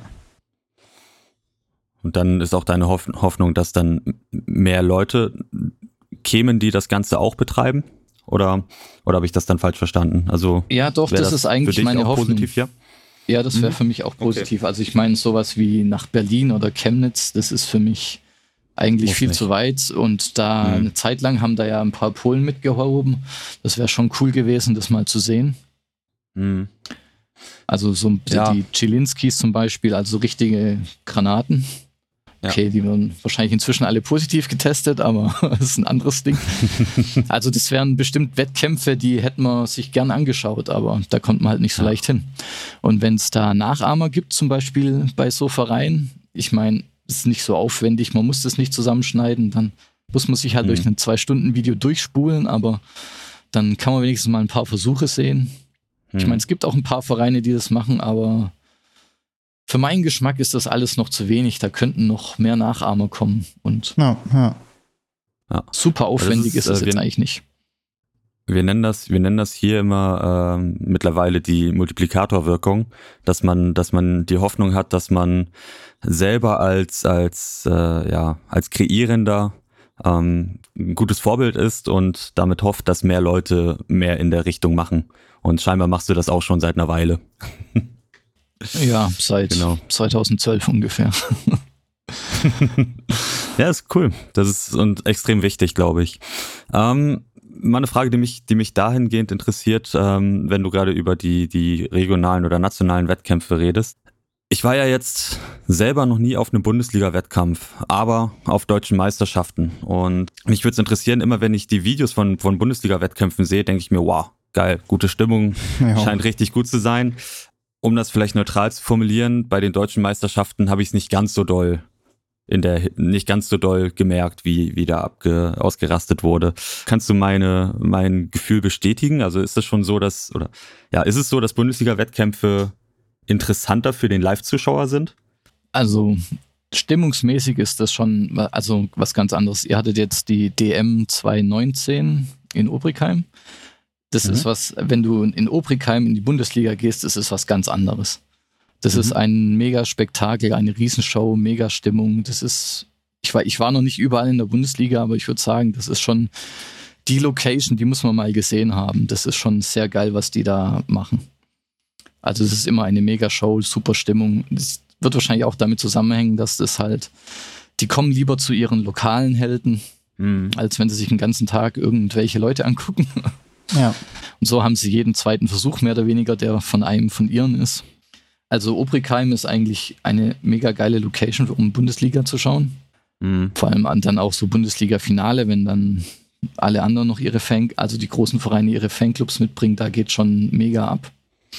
Und dann ist auch deine Hoffnung, dass dann mehr Leute kämen, die das Ganze auch betreiben? Oder habe ich das dann falsch verstanden? Also ja, doch, das ist eigentlich meine Hoffnung. Positiv, ja? Ja, das wäre für mich auch positiv. Okay. Also ich meine, sowas wie nach Berlin oder Chemnitz, das ist für mich eigentlich viel zu weit und da eine Zeit lang haben da ja ein paar Polen mitgehoben. Das wäre schon cool gewesen, das mal zu sehen. Mhm. Also so die Zielinskis zum Beispiel, also richtige Granaten. Ja. Okay, die werden wahrscheinlich inzwischen alle positiv getestet, aber das ist ein anderes Ding. Also das wären bestimmt Wettkämpfe, die hätten wir sich gern angeschaut, aber da kommt man halt nicht so leicht hin. Und wenn es da Nachahmer gibt, zum Beispiel bei so Vereinen, ich meine, ist nicht so aufwendig, man muss das nicht zusammenschneiden, dann muss man sich halt durch ein 2-Stunden-Video durchspulen, aber dann kann man wenigstens mal ein paar Versuche sehen. Ich meine, es gibt auch ein paar Vereine, die das machen, aber für meinen Geschmack ist das alles noch zu wenig, da könnten noch mehr Nachahmer kommen und super aufwendig ist es jetzt eigentlich nicht. Wir nennen das hier immer mittlerweile die Multiplikatorwirkung, dass man die Hoffnung hat, dass man selber als Kreierender ein gutes Vorbild ist und damit hofft, dass mehr Leute mehr in der Richtung machen. Und scheinbar machst du das auch schon seit einer Weile. Ja, seit 2012 ungefähr. Ja, ist cool. Das ist und extrem wichtig, glaube ich. Mal eine Frage, die mich dahingehend interessiert, wenn du gerade über die regionalen oder nationalen Wettkämpfe redest. Ich war ja jetzt selber noch nie auf einem Bundesliga-Wettkampf, aber auf deutschen Meisterschaften. Und mich würde es interessieren, immer wenn ich die Videos von Bundesliga-Wettkämpfen sehe, denke ich mir, wow, geil, gute Stimmung, scheint richtig gut zu sein. Um das vielleicht neutral zu formulieren, bei den deutschen Meisterschaften habe ich es nicht ganz so doll gemerkt, wie da ausgerastet wurde. Kannst du mein Gefühl bestätigen? Also ist es schon so, dass Bundesliga-Wettkämpfe interessanter für den Live-Zuschauer sind? Also stimmungsmäßig ist das schon was ganz anderes. Ihr hattet jetzt die DM 2019 in Obrigheim. Das ist was, wenn du in Obrigheim in die Bundesliga gehst, das ist was ganz anderes. Das ist ein Mega-Spektakel, eine Riesenshow, Mega-Stimmung. Das ist, ich war noch nicht überall in der Bundesliga, aber ich würde sagen, das ist schon die Location, die muss man mal gesehen haben. Das ist schon sehr geil, was die da machen. Also es ist immer eine Mega-Show, super Stimmung. Das wird wahrscheinlich auch damit zusammenhängen, dass das halt, die kommen lieber zu ihren lokalen Helden, als wenn sie sich den ganzen Tag irgendwelche Leute angucken. Ja. so haben sie jeden zweiten Versuch mehr oder weniger, der von einem von ihren ist. Also Obrigheim ist eigentlich eine mega geile Location, um Bundesliga zu schauen. Vor allem dann auch so Bundesliga-Finale, wenn dann alle anderen noch also die großen Vereine ihre Fanclubs mitbringen, da geht schon mega ab.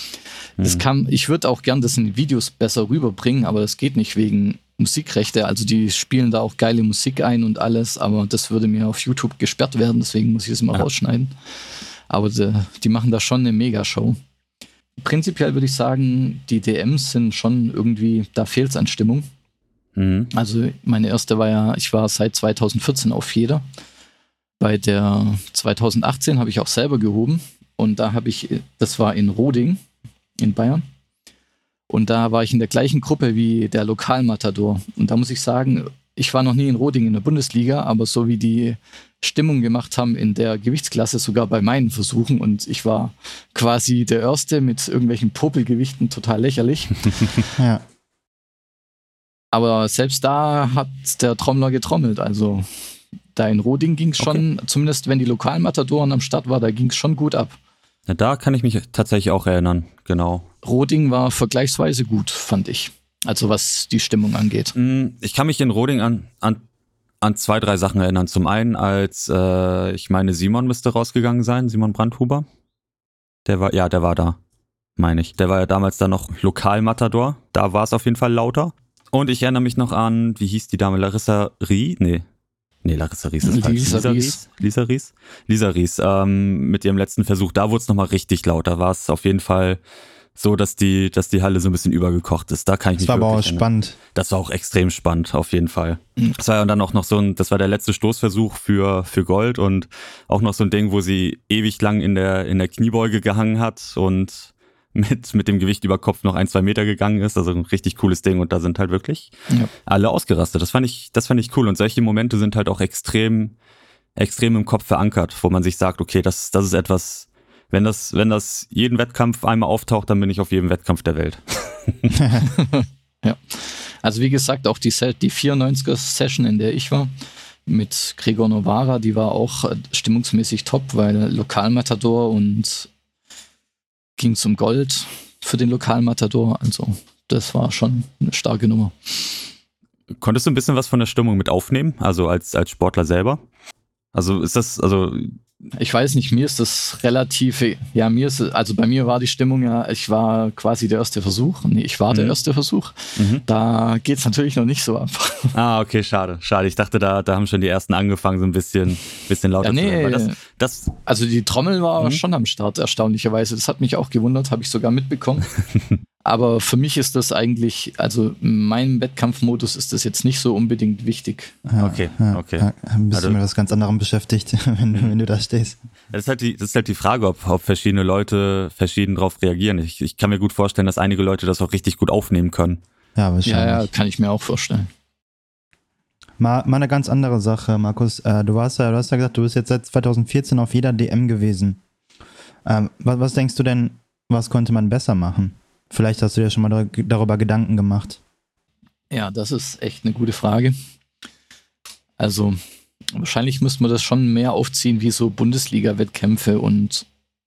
Ich würde auch gern das in Videos besser rüberbringen, aber das geht nicht wegen Musikrechte. Also die spielen da auch geile Musik ein und alles, aber das würde mir auf YouTube gesperrt werden, deswegen muss ich es mal rausschneiden. Aber die machen da schon eine Mega-Show. Prinzipiell würde ich sagen, die DMs sind schon irgendwie, da fehlt es an Stimmung. Also meine erste ich war seit 2014 auf jeder. Bei der 2018 habe ich auch selber gehoben und das war in Roding in Bayern. Und da war ich in der gleichen Gruppe wie der Lokalmatador. Und da muss ich sagen, ich war noch nie in Roding in der Bundesliga, aber so wie die Stimmung gemacht haben in der Gewichtsklasse, sogar bei meinen Versuchen, und ich war quasi der Erste mit irgendwelchen Popelgewichten, total lächerlich. Ja. Aber selbst da hat der Trommler getrommelt. Also da in Roding ging es schon, zumindest wenn die Lokalmatadoren am Start war, da ging es schon gut ab. Ja, da kann ich mich tatsächlich auch erinnern, genau. Roding war vergleichsweise gut, fand ich. Also was die Stimmung angeht. Ich kann mich in Roding an 2, 3 Sachen erinnern. Zum einen, als ich meine, Simon müsste rausgegangen sein, Simon Brandhuber. Der war da, meine ich. Der war ja damals dann noch Lokalmatador. Da war es auf jeden Fall lauter. Und ich erinnere mich noch an, wie hieß die Dame? Larissa Ries? Nee, Larissa Ries ist falsch. Lisa Ries. Mit ihrem letzten Versuch, da wurde es nochmal richtig laut. Da war es auf jeden Fall so, dass die Halle so ein bisschen übergekocht ist. Da kann ich mich wirklich erinnern. Das war aber auch spannend. Das war auch extrem spannend, auf jeden Fall. Das war ja dann auch noch das war der letzte Stoßversuch für Gold und auch noch so ein Ding, wo sie ewig lang in der Kniebeuge gehangen hat und mit dem Gewicht über Kopf noch 1-2 Meter gegangen ist. Also ein richtig cooles Ding und da sind halt wirklich alle ausgerastet. Das fand ich cool und solche Momente sind halt auch extrem im Kopf verankert, wo man sich sagt, okay, das ist etwas, wenn das jeden Wettkampf einmal auftaucht, dann bin ich auf jedem Wettkampf der Welt. Ja, also wie gesagt, auch die 94er-Session, in der ich war, mit Gregor Novara, die war auch stimmungsmäßig top, weil Lokalmatador und ging zum Gold für den Lokalmatador. Also das war schon eine starke Nummer. Konntest du ein bisschen was von der Stimmung mit aufnehmen? Also als Sportler selber? Also ist das, ich weiß nicht, mir ist das relativ, also bei mir war die Stimmung ich war quasi der erste Versuch. Nee, ich war der erste Versuch. Da geht es natürlich noch nicht so ab. Okay, schade. Ich dachte, da haben schon die ersten angefangen, so ein bisschen lauter zu werden. Also die Trommel war schon am Start, erstaunlicherweise. Das hat mich auch gewundert, habe ich sogar mitbekommen. Aber für mich ist das eigentlich, also in meinem Wettkampfmodus ist das jetzt nicht so unbedingt wichtig. Okay. Bist du mit was ganz anderem beschäftigt, wenn du da stehst. Das ist halt die Frage, ob verschiedene Leute verschieden drauf reagieren. Ich kann mir gut vorstellen, dass einige Leute das auch richtig gut aufnehmen können. Ja, wahrscheinlich. Ja, kann ich mir auch vorstellen. Mal eine ganz andere Sache, Markus. Du hast ja gesagt, du bist jetzt seit 2014 auf jeder DM gewesen. Was denkst du denn, was konnte man besser machen? Vielleicht hast du dir schon mal darüber Gedanken gemacht. Ja, das ist echt eine gute Frage. Also wahrscheinlich müsste man das schon mehr aufziehen wie so Bundesliga-Wettkämpfe und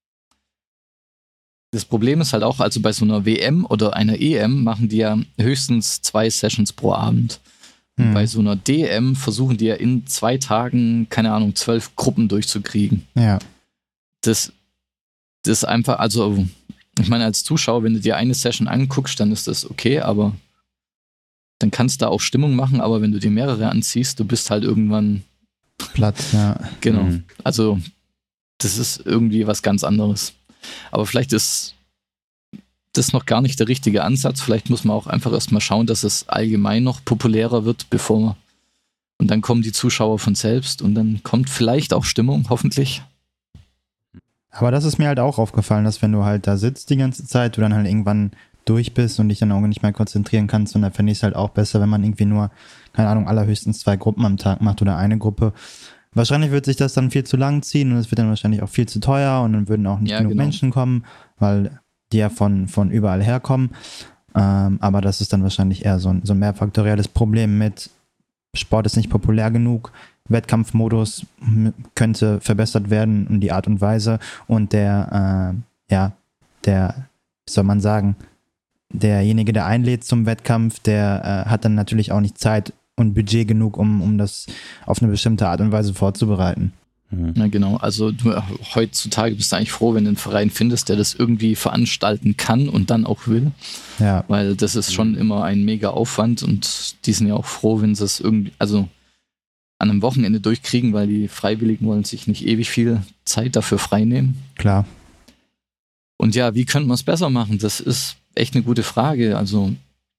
das Problem ist halt auch, also bei so einer WM oder einer EM machen die ja höchstens 2 Sessions pro Abend. Und bei so einer DM versuchen die ja in 2 Tagen, keine Ahnung, 12 Gruppen durchzukriegen. Ja. Das ist einfach, also ich meine, als Zuschauer, wenn du dir eine Session anguckst, dann ist das okay, aber dann kannst du da auch Stimmung machen, aber wenn du dir mehrere anziehst, du bist halt irgendwann platt, ja. Genau. Also das ist irgendwie was ganz anderes. Aber vielleicht ist das noch gar nicht der richtige Ansatz. Vielleicht muss man auch einfach erstmal schauen, dass es allgemein noch populärer wird, und dann kommen die Zuschauer von selbst und dann kommt vielleicht auch Stimmung, hoffentlich. Aber das ist mir halt auch aufgefallen, dass wenn du halt da sitzt die ganze Zeit, du dann halt irgendwann durch bist und dich dann auch nicht mehr konzentrieren kannst und dann finde ich es halt auch besser, wenn man irgendwie nur, keine Ahnung, allerhöchstens 2 Gruppen am Tag macht oder eine Gruppe. Wahrscheinlich wird sich das dann viel zu lang ziehen und es wird dann wahrscheinlich auch viel zu teuer und dann würden auch nicht genug Menschen kommen, weil die ja von überall herkommen. Aber das ist dann wahrscheinlich eher so ein mehrfaktorielles Problem mit Sport ist nicht populär genug, Wettkampfmodus könnte verbessert werden und die Art und Weise und wie soll man sagen, derjenige, der einlädt zum Wettkampf, der hat dann natürlich auch nicht Zeit und Budget genug, um das auf eine bestimmte Art und Weise vorzubereiten. Ja, genau. Also heutzutage bist du eigentlich froh, wenn du einen Verein findest, der das irgendwie veranstalten kann und dann auch will. Ja. Weil das ist schon immer ein mega Aufwand und die sind ja auch froh, wenn sie es irgendwie, also an einem Wochenende durchkriegen, weil die Freiwilligen wollen sich nicht ewig viel Zeit dafür freinehmen. Klar. Und ja, wie könnte man es besser machen? Das ist echt eine gute Frage. Also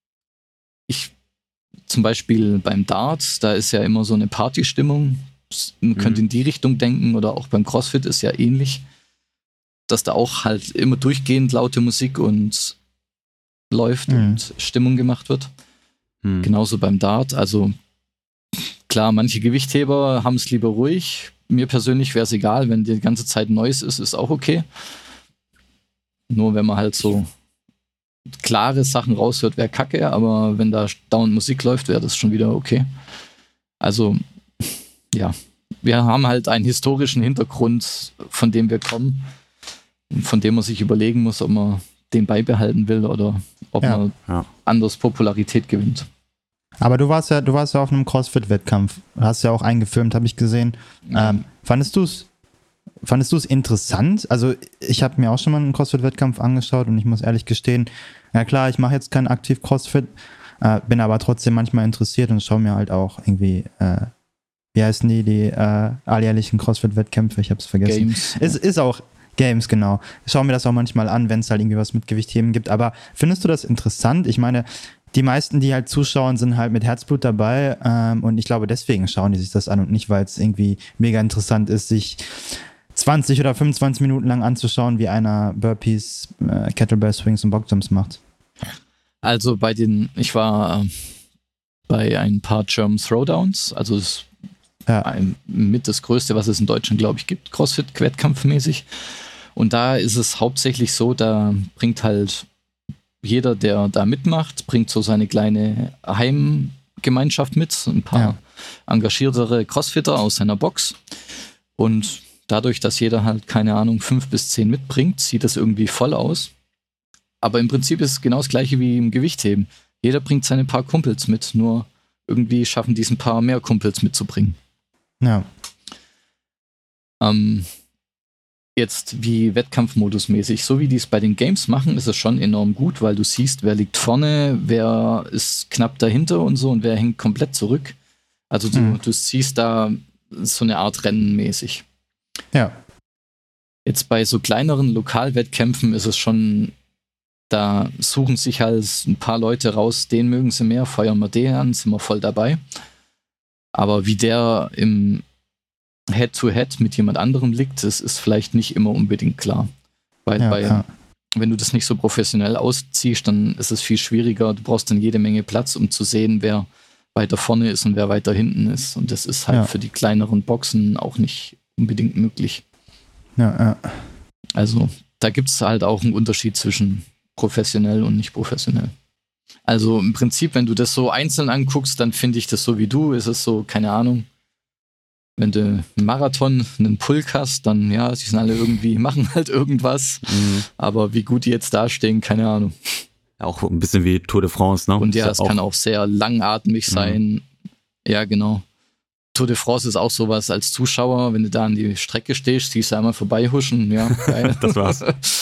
zum Beispiel beim Dart, da ist ja immer so eine Partystimmung. Man könnte in die Richtung denken oder auch beim CrossFit ist ja ähnlich, dass da auch halt immer durchgehend laute Musik und läuft und Stimmung gemacht wird. Genauso beim Dart. Also klar, manche Gewichtheber haben es lieber ruhig. Mir persönlich wäre es egal, wenn die ganze Zeit Noise ist auch okay. Nur wenn man halt so klare Sachen raushört, wäre kacke, aber wenn da dauernd Musik läuft, wäre das schon wieder okay. Also, ja, wir haben halt einen historischen Hintergrund, von dem wir kommen, von dem man sich überlegen muss, ob man den beibehalten will oder ob man anders Popularität gewinnt. Aber du warst ja auf einem CrossFit-Wettkampf. Hast ja auch eingefilmt, habe ich gesehen. Fandest du es interessant? Also ich habe mir auch schon mal einen CrossFit-Wettkampf angeschaut und ich muss ehrlich gestehen, ja klar, ich mache jetzt kein aktiv CrossFit, bin aber trotzdem manchmal interessiert und schaue mir halt auch irgendwie, wie heißen die alljährlichen CrossFit-Wettkämpfe? Ich habe es vergessen. Games. Ist auch Games, genau. Ich schaue mir das auch manchmal an, wenn es halt irgendwie was mit Gewichtheben gibt. Aber findest du das interessant? Ich meine, die meisten, die halt zuschauen, sind halt mit Herzblut dabei und ich glaube, deswegen schauen die sich das an und nicht, weil es irgendwie mega interessant ist, sich 20 oder 25 Minuten lang anzuschauen, wie einer Burpees, Kettlebell Swings und Boxjumps macht. Also ich war bei ein paar German Throwdowns, also das mit das Größte, was es in Deutschland, glaube ich, gibt, CrossFit-Wettkampfmäßig. Und da ist es hauptsächlich so, da bringt halt jeder, der da mitmacht, bringt so seine kleine Heimgemeinschaft mit, ein paar engagiertere Crossfitter aus seiner Box. Und dadurch, dass jeder halt, keine Ahnung, 5 bis 10 mitbringt, sieht das irgendwie voll aus. Aber im Prinzip ist es genau das Gleiche wie im Gewichtheben. Jeder bringt seine paar Kumpels mit, nur irgendwie schaffen die es ein paar mehr Kumpels mitzubringen. Ja. Jetzt wie Wettkampfmodus-mäßig, so wie die es bei den Games machen, ist es schon enorm gut, weil du siehst, wer liegt vorne, wer ist knapp dahinter und so und wer hängt komplett zurück. Also du siehst da so eine Art Rennen mäßig. Ja. Jetzt bei so kleineren Lokalwettkämpfen ist es schon, da suchen sich halt ein paar Leute raus, den mögen sie mehr, feuern wir den an, sind wir voll dabei. Aber wie der im Head-to-Head mit jemand anderem liegt, das ist vielleicht nicht immer unbedingt klar. Weil wenn du das nicht so professionell ausziehst, dann ist es viel schwieriger. Du brauchst dann jede Menge Platz, um zu sehen, wer weiter vorne ist und wer weiter hinten ist. Und das ist halt für die kleineren Boxen auch nicht unbedingt möglich. Ja. Also da gibt es halt auch einen Unterschied zwischen professionell und nicht professionell. Also im Prinzip, wenn du das so einzeln anguckst, dann finde ich das so wie du, ist es so, keine Ahnung, wenn du einen Marathon, einen Pulk hast, dann ja, sie sind alle irgendwie, machen halt irgendwas, aber wie gut die jetzt dastehen, keine Ahnung. Auch ein bisschen wie Tour de France, ne? Und ja, es kann auch sehr langatmig sein. Ja, genau. Tour de France ist auch sowas als Zuschauer, wenn du da an die Strecke stehst, siehst du einmal vorbeihuschen, ja, geil. Das war's.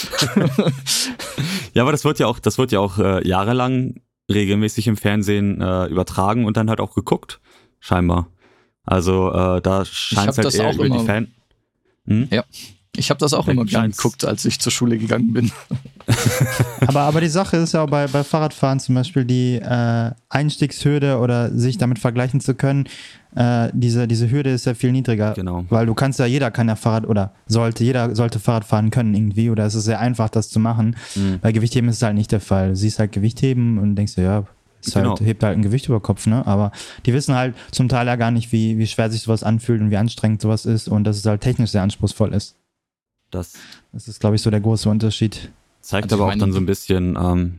Ja, aber das wird ja auch jahrelang regelmäßig im Fernsehen übertragen und dann halt auch geguckt, scheinbar. Also da scheint es halt eher über die Fan... Ja, ich habe das auch immer gern geguckt, als ich zur Schule gegangen bin. aber die Sache ist ja auch bei Fahrradfahren zum Beispiel die Einstiegshürde oder sich damit vergleichen zu können, diese Hürde ist ja viel niedriger. Genau. Weil du kannst ja, jeder Fahrrad oder jeder sollte Fahrrad fahren können irgendwie oder es ist sehr einfach, das zu machen. Bei Gewichtheben ist es halt nicht der Fall. Du siehst halt Gewichtheben und denkst dir, ja, hebt halt ein Gewicht über Kopf, ne? Aber die wissen halt zum Teil ja gar nicht, wie schwer sich sowas anfühlt und wie anstrengend sowas ist und dass es halt technisch sehr anspruchsvoll ist. Das ist, glaube ich, so der große Unterschied. Zeigt aber auch dann so ein bisschen,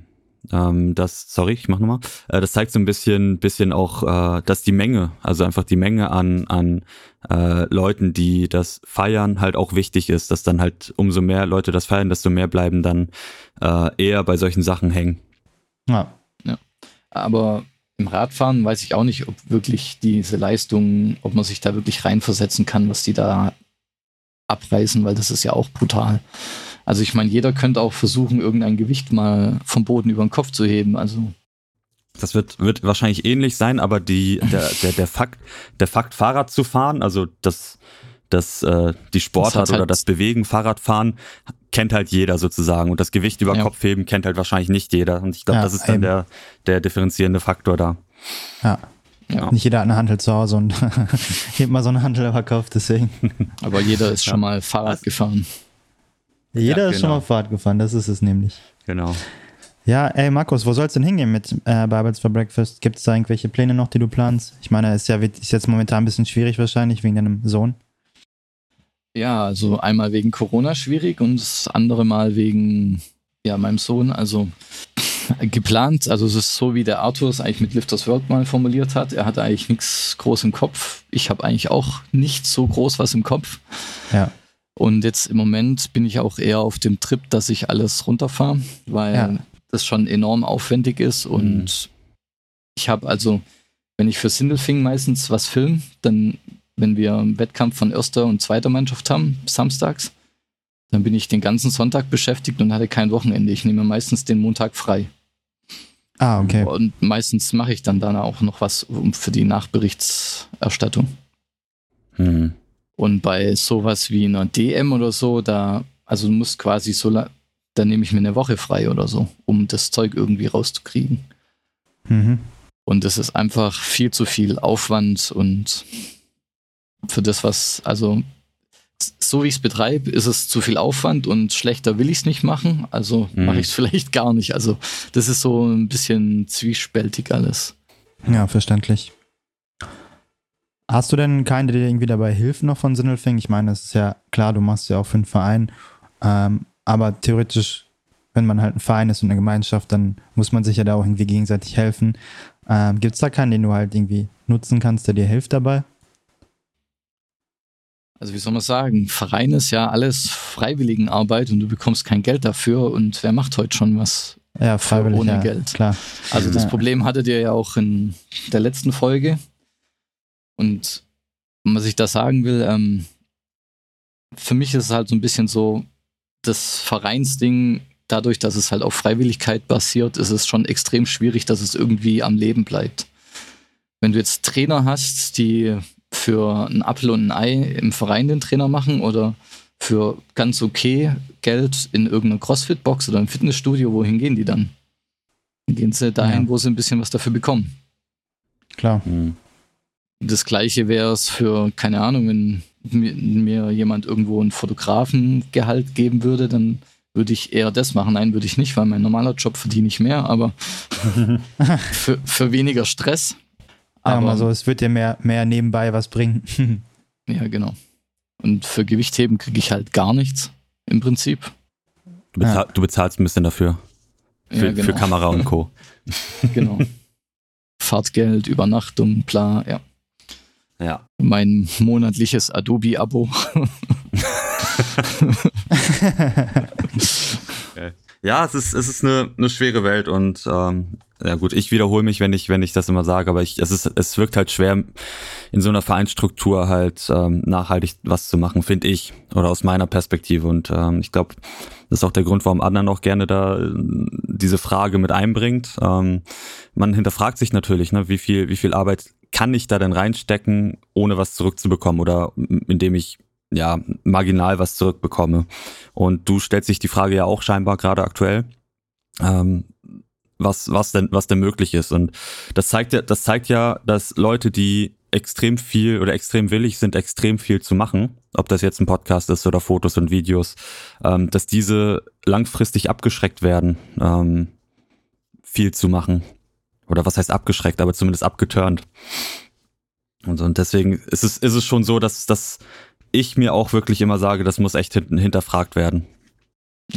das zeigt so ein bisschen auch, dass die Menge, also einfach die Menge an Leuten, die das feiern, halt auch wichtig ist, dass dann halt umso mehr Leute das feiern, desto mehr bleiben dann eher bei solchen Sachen hängen. Ja. Aber im Radfahren weiß ich auch nicht, ob wirklich diese Leistung, ob man sich da wirklich reinversetzen kann, was die da abreißen, weil das ist ja auch brutal. Also ich meine, jeder könnte auch versuchen, irgendein Gewicht mal vom Boden über den Kopf zu heben. Also das wird wahrscheinlich ähnlich sein, aber der Fakt, Fahrrad zu fahren, also die Sportart oder das Bewegen, Fahrradfahren, kennt halt jeder sozusagen. Und das Gewicht über Kopf heben kennt halt wahrscheinlich nicht jeder. Und ich glaube, das ist dann der differenzierende Faktor da. Ja. Nicht jeder hat eine Hantel zu Hause und hebt mal so eine Hantel über Kopf, deswegen. Aber jeder ist schon mal Fahrrad gefahren. Jeder ist schon mal Fahrrad gefahren, das ist es nämlich. Genau. Ja, ey Markus, wo soll es denn hingehen mit Bibles for Breakfast? Gibt es da irgendwelche Pläne noch, die du planst? Ich meine, ist jetzt momentan ein bisschen schwierig wahrscheinlich wegen deinem Sohn. Ja, also einmal wegen Corona schwierig und das andere Mal wegen meinem Sohn. Also geplant, also es ist so, wie der Arthur es eigentlich mit Lifters World mal formuliert hat. Er hatte eigentlich nichts groß im Kopf. Ich habe eigentlich auch nicht so groß was im Kopf. Ja. Und jetzt im Moment bin ich auch eher auf dem Trip, dass ich alles runterfahre, weil das schon enorm aufwendig ist. Und ich habe also, wenn ich für Sindelfingen meistens was filme, dann, wenn wir einen Wettkampf von erster und zweiter Mannschaft haben, samstags, dann bin ich den ganzen Sonntag beschäftigt und hatte kein Wochenende. Ich nehme meistens den Montag frei. Ah, okay. Und meistens mache ich dann auch noch was für die Nachberichtserstattung. Und bei sowas wie einer DM oder so, da muss quasi da nehme ich mir eine Woche frei oder so, um das Zeug irgendwie rauszukriegen. Und das ist einfach viel zu viel Aufwand und für das, so wie ich es betreibe, ist es zu viel Aufwand und schlechter will ich es nicht machen, also mache ich es vielleicht gar nicht. Also das ist so ein bisschen zwiespältig alles. Ja, verständlich. Hast du denn keinen, der dir irgendwie dabei hilft noch von Sindelfingen? Ich meine, das ist ja klar, du machst ja auch für einen Verein, aber theoretisch, wenn man halt ein Verein ist und eine Gemeinschaft, dann muss man sich ja da auch irgendwie gegenseitig helfen. Gibt es da keinen, den du halt irgendwie nutzen kannst, der dir hilft dabei? Also wie soll man sagen, Verein ist ja alles Freiwilligenarbeit und du bekommst kein Geld dafür und wer macht heute schon was freiwillig, ohne Geld? Klar. Also das Problem hattet ihr ja auch in der letzten Folge und was ich da sagen will, für mich ist es halt so ein bisschen so, das Vereinsding, dadurch, dass es halt auf Freiwilligkeit basiert, ist es schon extrem schwierig, dass es irgendwie am Leben bleibt. Wenn du jetzt Trainer hast, die für ein Apfel und ein Ei im Verein den Trainer machen oder für ganz okay Geld in irgendeiner Crossfit-Box oder im Fitnessstudio, wohin gehen die dann? Dann gehen sie dahin, wo sie ein bisschen was dafür bekommen. Klar. Das Gleiche wäre es für, keine Ahnung, wenn mir jemand irgendwo einen Fotografengehalt geben würde, dann würde ich eher das machen. Nein, würde ich nicht, weil mein normaler Job verdiene ich mehr, aber für weniger Stress. Aber mal so, es wird dir mehr nebenbei was bringen. Ja, genau. Und für Gewichtheben kriege ich halt gar nichts, im Prinzip. Du bezahlst ein bisschen dafür. Für Kamera und Co. Genau. Fahrtgeld, Übernachtung, bla, Ja. Mein monatliches Adobe-Abo. Ja, es ist eine schwere Welt und ja gut, ich wiederhole mich, wenn ich das immer sage, aber es wirkt halt schwer, in so einer Vereinsstruktur halt nachhaltig was zu machen, finde ich, oder aus meiner Perspektive. Und ich glaube, das ist auch der Grund, warum Adnan auch gerne da diese Frage mit einbringt. Man hinterfragt sich natürlich, ne, wie viel Arbeit kann ich da denn reinstecken, ohne was zurückzubekommen oder indem ich marginal was zurückbekomme. Und du stellst dich die Frage ja auch scheinbar gerade aktuell, was denn möglich ist. Und das zeigt ja, dass Leute, die extrem viel oder extrem willig sind, extrem viel zu machen, ob das jetzt ein Podcast ist oder Fotos und Videos, dass diese langfristig abgeschreckt werden, viel zu machen. Oder was heißt abgeschreckt, aber zumindest abgeturnt. Und deswegen ist es schon so, dass ich mir auch wirklich immer sage, das muss echt hinterfragt werden. Ja.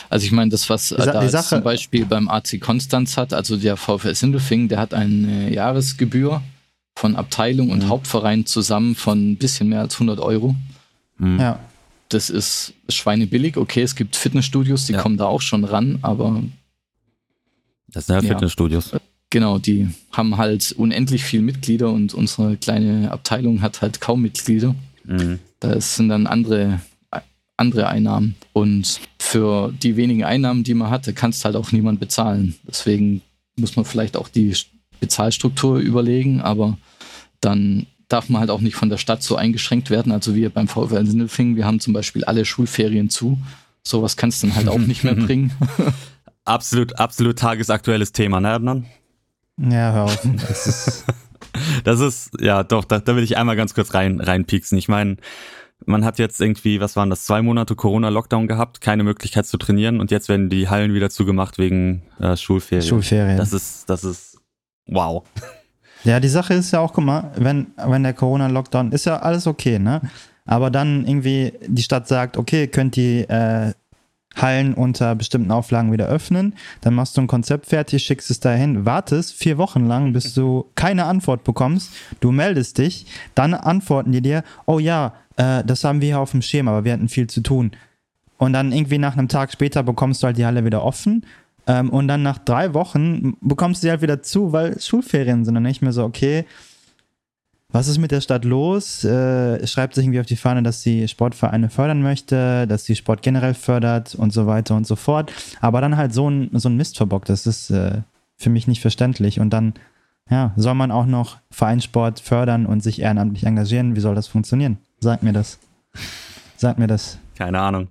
Also ich meine, das, was da zum Beispiel beim AC Konstanz hat, also der VfL Sindelfingen, der hat eine Jahresgebühr von Abteilung und Hauptverein zusammen von ein bisschen mehr als 100 Euro. Ja. Das ist schweinebillig. Okay, es gibt Fitnessstudios, die kommen da auch schon ran, aber das sind ja Fitnessstudios. Genau, die haben halt unendlich viel Mitglieder und unsere kleine Abteilung hat halt kaum Mitglieder. Das sind dann andere Einnahmen. Und für die wenigen Einnahmen, die man hatte, kannst halt auch niemand bezahlen. Deswegen muss man vielleicht auch die Bezahlstruktur überlegen, aber dann darf man halt auch nicht von der Stadt so eingeschränkt werden. Also wir beim VfL Sindelfingen, wir haben zum Beispiel alle Schulferien zu. Sowas kannst du dann halt auch nicht mehr bringen. Absolut tagesaktuelles Thema, ne, Adnan? Ja, hör auf. Das ist, ja doch, da will ich einmal ganz kurz reinpieksen. Ich meine, man hat jetzt irgendwie, 2 Monate Corona-Lockdown gehabt, keine Möglichkeit zu trainieren und jetzt werden die Hallen wieder zugemacht wegen Schulferien. Das ist wow. Ja, die Sache ist ja auch, guck mal, wenn der Corona-Lockdown, ist ja alles okay, ne? Aber dann irgendwie die Stadt sagt, okay, könnt die Hallen unter bestimmten Auflagen wieder öffnen, dann machst du ein Konzept fertig, schickst es dahin, wartest 4 Wochen lang, bis du keine Antwort bekommst, du meldest dich, dann antworten die dir, oh ja, das haben wir hier auf dem Schema, aber wir hatten viel zu tun. Und dann irgendwie nach einem Tag später bekommst du halt die Halle wieder offen und dann nach 3 Wochen bekommst du sie halt wieder zu, weil Schulferien sind. Und dann nicht mehr so, okay, was ist mit der Stadt los? Schreibt sich irgendwie auf die Fahne, dass sie Sportvereine fördern möchte, dass sie Sport generell fördert und so weiter und so fort. Aber dann halt so ein Mist verbockt, das ist für mich nicht verständlich. Und dann soll man auch noch Vereinssport fördern und sich ehrenamtlich engagieren. Wie soll das funktionieren? Sag mir das. Keine Ahnung.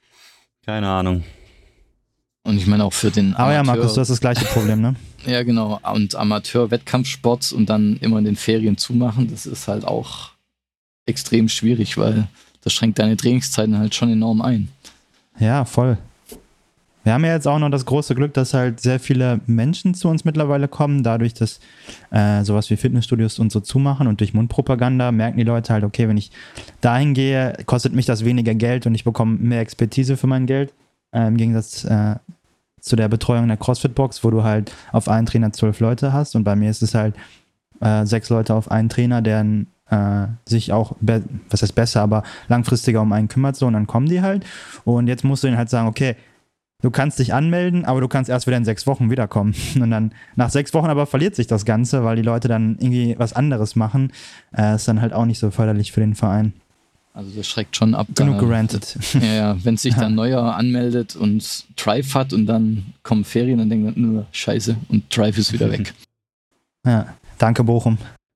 Und ich meine auch für den Aber ja, Markus, du hast das gleiche Problem, ne? Ja, genau. Und Amateur-Wettkampfsport und dann immer in den Ferien zumachen, das ist halt auch extrem schwierig, weil das schränkt deine Trainingszeiten halt schon enorm ein. Ja, voll. Wir haben ja jetzt auch noch das große Glück, dass halt sehr viele Menschen zu uns mittlerweile kommen, dadurch, dass sowas wie Fitnessstudios und so zumachen und durch Mundpropaganda merken die Leute halt, okay, wenn ich dahin gehe, kostet mich das weniger Geld und ich bekomme mehr Expertise für mein Geld. Im Gegensatz zu der Betreuung der CrossFit-Box, wo du halt auf einen Trainer 12 Leute hast und bei mir ist es halt 6 Leute auf einen Trainer, der sich auch, was heißt besser, aber langfristiger um einen kümmert so und dann kommen die halt und jetzt musst du ihnen halt sagen, okay, du kannst dich anmelden, aber du kannst erst wieder in 6 Wochen wiederkommen und dann nach 6 Wochen aber verliert sich das Ganze, weil die Leute dann irgendwie was anderes machen, ist dann halt auch nicht so förderlich für den Verein. Also das schreckt schon ab. Genug gerantet. Ja, wenn sich dann Neuer anmeldet und Drive hat und dann kommen Ferien, dann denkt man, nur scheiße und Drive ist wieder weg. Ja, danke Bochum.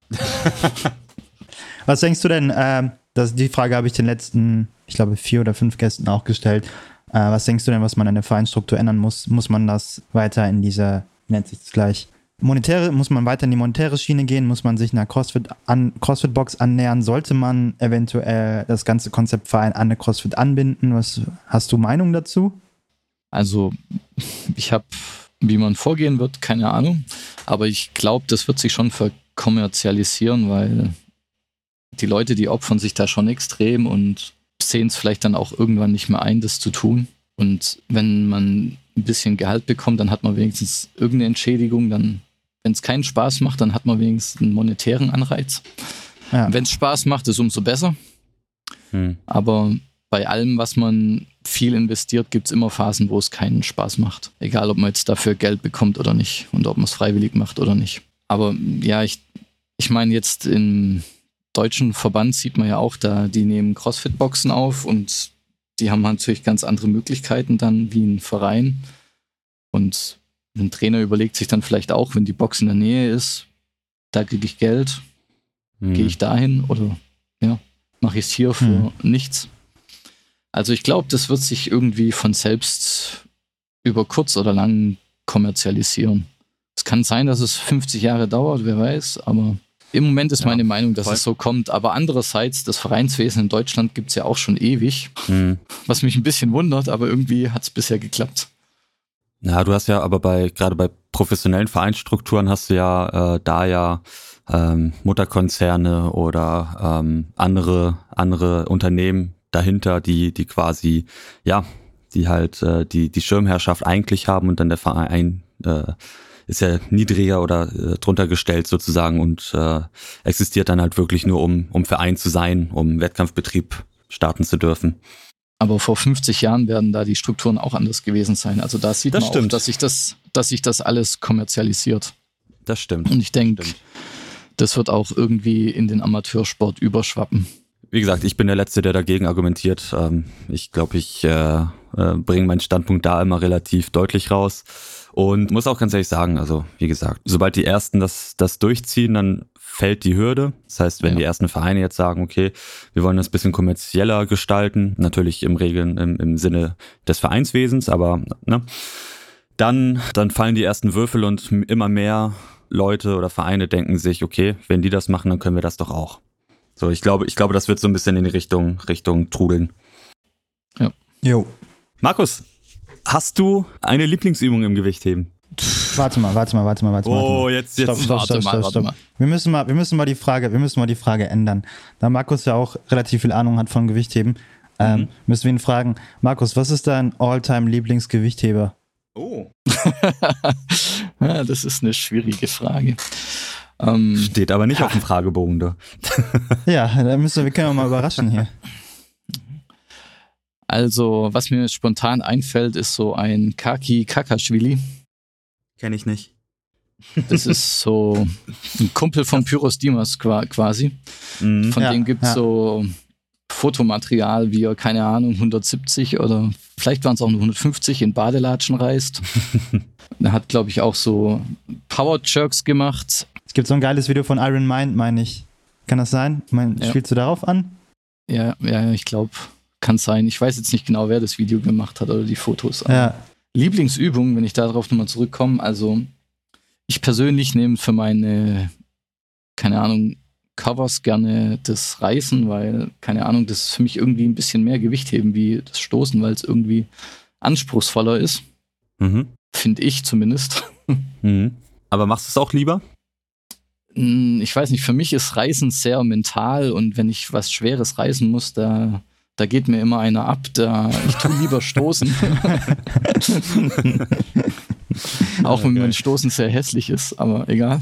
Was denkst du denn, die Frage habe ich den letzten, ich glaube 4 oder 5 Gästen auch gestellt, was denkst du denn, was man an der Vereinsstruktur ändern muss? Muss man das weiter in diese, nennt sich das gleich, muss man weiter in die monetäre Schiene gehen? Muss man sich einer CrossFit-Box annähern? Sollte man eventuell das ganze Konzept Verein an eine CrossFit anbinden? Was hast du Meinung dazu? Also ich habe, wie man vorgehen wird, keine Ahnung. Aber ich glaube, das wird sich schon verkommerzialisieren, weil die Leute, die opfern sich da schon extrem und sehen es vielleicht dann auch irgendwann nicht mehr ein, das zu tun. Und wenn man ein bisschen Gehalt bekommt, dann hat man wenigstens irgendeine Entschädigung. Dann, wenn es keinen Spaß macht, dann hat man wenigstens einen monetären Anreiz. Ja. Wenn es Spaß macht, ist umso besser. Aber bei allem, was man viel investiert, gibt es immer Phasen, wo es keinen Spaß macht. Egal, ob man jetzt dafür Geld bekommt oder nicht und ob man es freiwillig macht oder nicht. Aber ja, ich meine jetzt im deutschen Verband sieht man ja auch, die nehmen CrossFit-Boxen auf und die haben natürlich ganz andere Möglichkeiten dann wie ein Verein. Und ein Trainer überlegt sich dann vielleicht auch, wenn die Box in der Nähe ist, da kriege ich Geld, gehe ich dahin oder mache ich es hier für nichts. Also ich glaube, das wird sich irgendwie von selbst über kurz oder lang kommerzialisieren. Es kann sein, dass es 50 Jahre dauert, wer weiß, aber im Moment ist meine Meinung, dass es so kommt. Aber andererseits, das Vereinswesen in Deutschland gibt es ja auch schon ewig, was mich ein bisschen wundert, aber irgendwie hat es bisher geklappt. Ja, du hast ja aber gerade bei professionellen Vereinsstrukturen hast du ja Mutterkonzerne oder andere Unternehmen dahinter, die quasi die halt die Schirmherrschaft eigentlich haben und dann der Verein ist ja niedriger oder drunter gestellt sozusagen und existiert dann halt wirklich nur, um Verein zu sein, um Wettkampfbetrieb starten zu dürfen. Aber vor 50 Jahren werden da die Strukturen auch anders gewesen sein. Also da sieht man auch, dass sich das alles kommerzialisiert. Das stimmt. Und ich denke, das wird auch irgendwie in den Amateursport überschwappen. Wie gesagt, ich bin der Letzte, der dagegen argumentiert. Ich glaube, ich bringe meinen Standpunkt da immer relativ deutlich raus. Und muss auch ganz ehrlich sagen, also wie gesagt, sobald die Ersten das durchziehen, dann fällt die Hürde. Das heißt, wenn die ersten Vereine jetzt sagen, okay, wir wollen das ein bisschen kommerzieller gestalten, natürlich im Sinne des Vereinswesens, aber ne, dann fallen die ersten Würfel und immer mehr Leute oder Vereine denken sich, okay, wenn die das machen, dann können wir das doch auch. So, ich glaube, das wird so ein bisschen in die Richtung trudeln. Ja. Jo. Markus, hast du eine Lieblingsübung im Gewichtheben? Warte mal. Oh, jetzt. Stopp. Wir müssen mal die Frage ändern. Da Markus ja auch relativ viel Ahnung hat von Gewichtheben, müssen wir ihn fragen, Markus, was ist dein All-Time-Lieblingsgewichtheber? Oh. Ja, das ist eine schwierige Frage. Steht aber nicht auf dem Fragebogen da. Ja, wir können wir mal überraschen hier. Also, was mir spontan einfällt, ist so ein Kaki Kakashvili. Kenne ich nicht. Das ist so ein Kumpel von Pyros Dimas quasi. Von dem gibt es so Fotomaterial, wie er, keine Ahnung, 170 oder vielleicht waren es auch nur 150 in Badelatschen reist. Er hat, glaube ich, auch so Power Jerks gemacht. Es gibt so ein geiles Video von Iron Mind, meine ich. Kann das sein? Spielst du darauf an? Ja, ich glaube, kann sein. Ich weiß jetzt nicht genau, wer das Video gemacht hat oder die Fotos. Ja. Lieblingsübung, wenn ich darauf nochmal zurückkomme, also ich persönlich nehme für meine, keine Ahnung, Covers gerne das Reißen, weil, keine Ahnung, das ist für mich irgendwie ein bisschen mehr Gewicht heben wie das Stoßen, weil es irgendwie anspruchsvoller ist. Finde ich zumindest. Aber machst du es auch lieber? Ich weiß nicht, für mich ist Reißen sehr mental und wenn ich was Schweres reißen muss, da geht mir immer einer ab, ich tue lieber stoßen. Auch wenn mein Stoßen sehr hässlich ist, aber egal.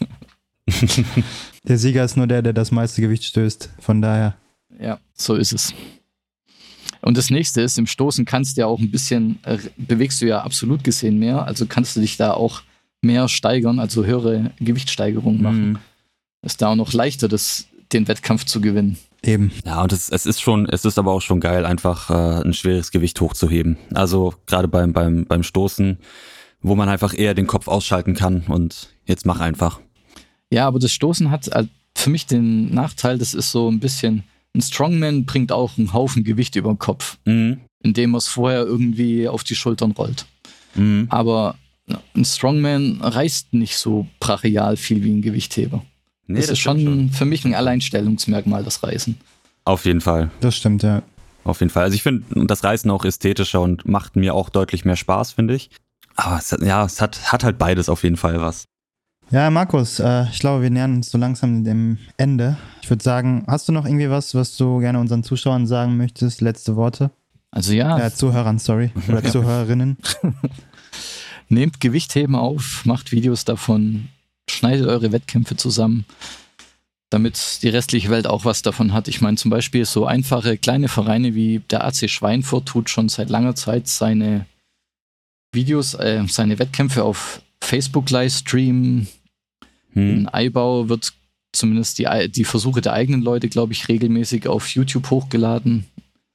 Der Sieger ist nur der das meiste Gewicht stößt, von daher. Ja, so ist es. Und das nächste ist, im Stoßen kannst du ja auch ein bisschen, bewegst du ja absolut gesehen mehr, also kannst du dich da auch mehr steigern, also höhere Gewichtssteigerungen machen. Ist da auch noch leichter, den Wettkampf zu gewinnen. Eben. Ja, und es ist aber auch schon geil, einfach ein schweres Gewicht hochzuheben. Also gerade beim Stoßen, wo man einfach eher den Kopf ausschalten kann und jetzt mach einfach. Ja, aber das Stoßen hat für mich den Nachteil, das ist so ein bisschen, ein Strongman bringt auch einen Haufen Gewicht über den Kopf, indem er es vorher irgendwie auf die Schultern rollt. Aber ein Strongman reißt nicht so brachial viel wie ein Gewichtheber. Nee, das ist schon für mich ein Alleinstellungsmerkmal, das Reißen. Auf jeden Fall. Das stimmt, ja. Auf jeden Fall. Also ich finde das Reißen auch ästhetischer und macht mir auch deutlich mehr Spaß, finde ich. Aber es hat halt beides auf jeden Fall was. Ja, Markus, ich glaube, wir nähern uns so langsam dem Ende. Ich würde sagen, hast du noch irgendwie was du gerne unseren Zuschauern sagen möchtest? Letzte Worte? Also ja. Zuhörern, sorry. Oder Zuhörerinnen. Nehmt Gewichtheben auf, macht Videos davon, schneidet eure Wettkämpfe zusammen, damit die restliche Welt auch was davon hat. Ich meine zum Beispiel so einfache kleine Vereine wie der AC Schweinfurt tut schon seit langer Zeit seine Videos, seine Wettkämpfe auf Facebook livestreamen. In Eibau wird zumindest die Versuche der eigenen Leute, glaube ich, regelmäßig auf YouTube hochgeladen.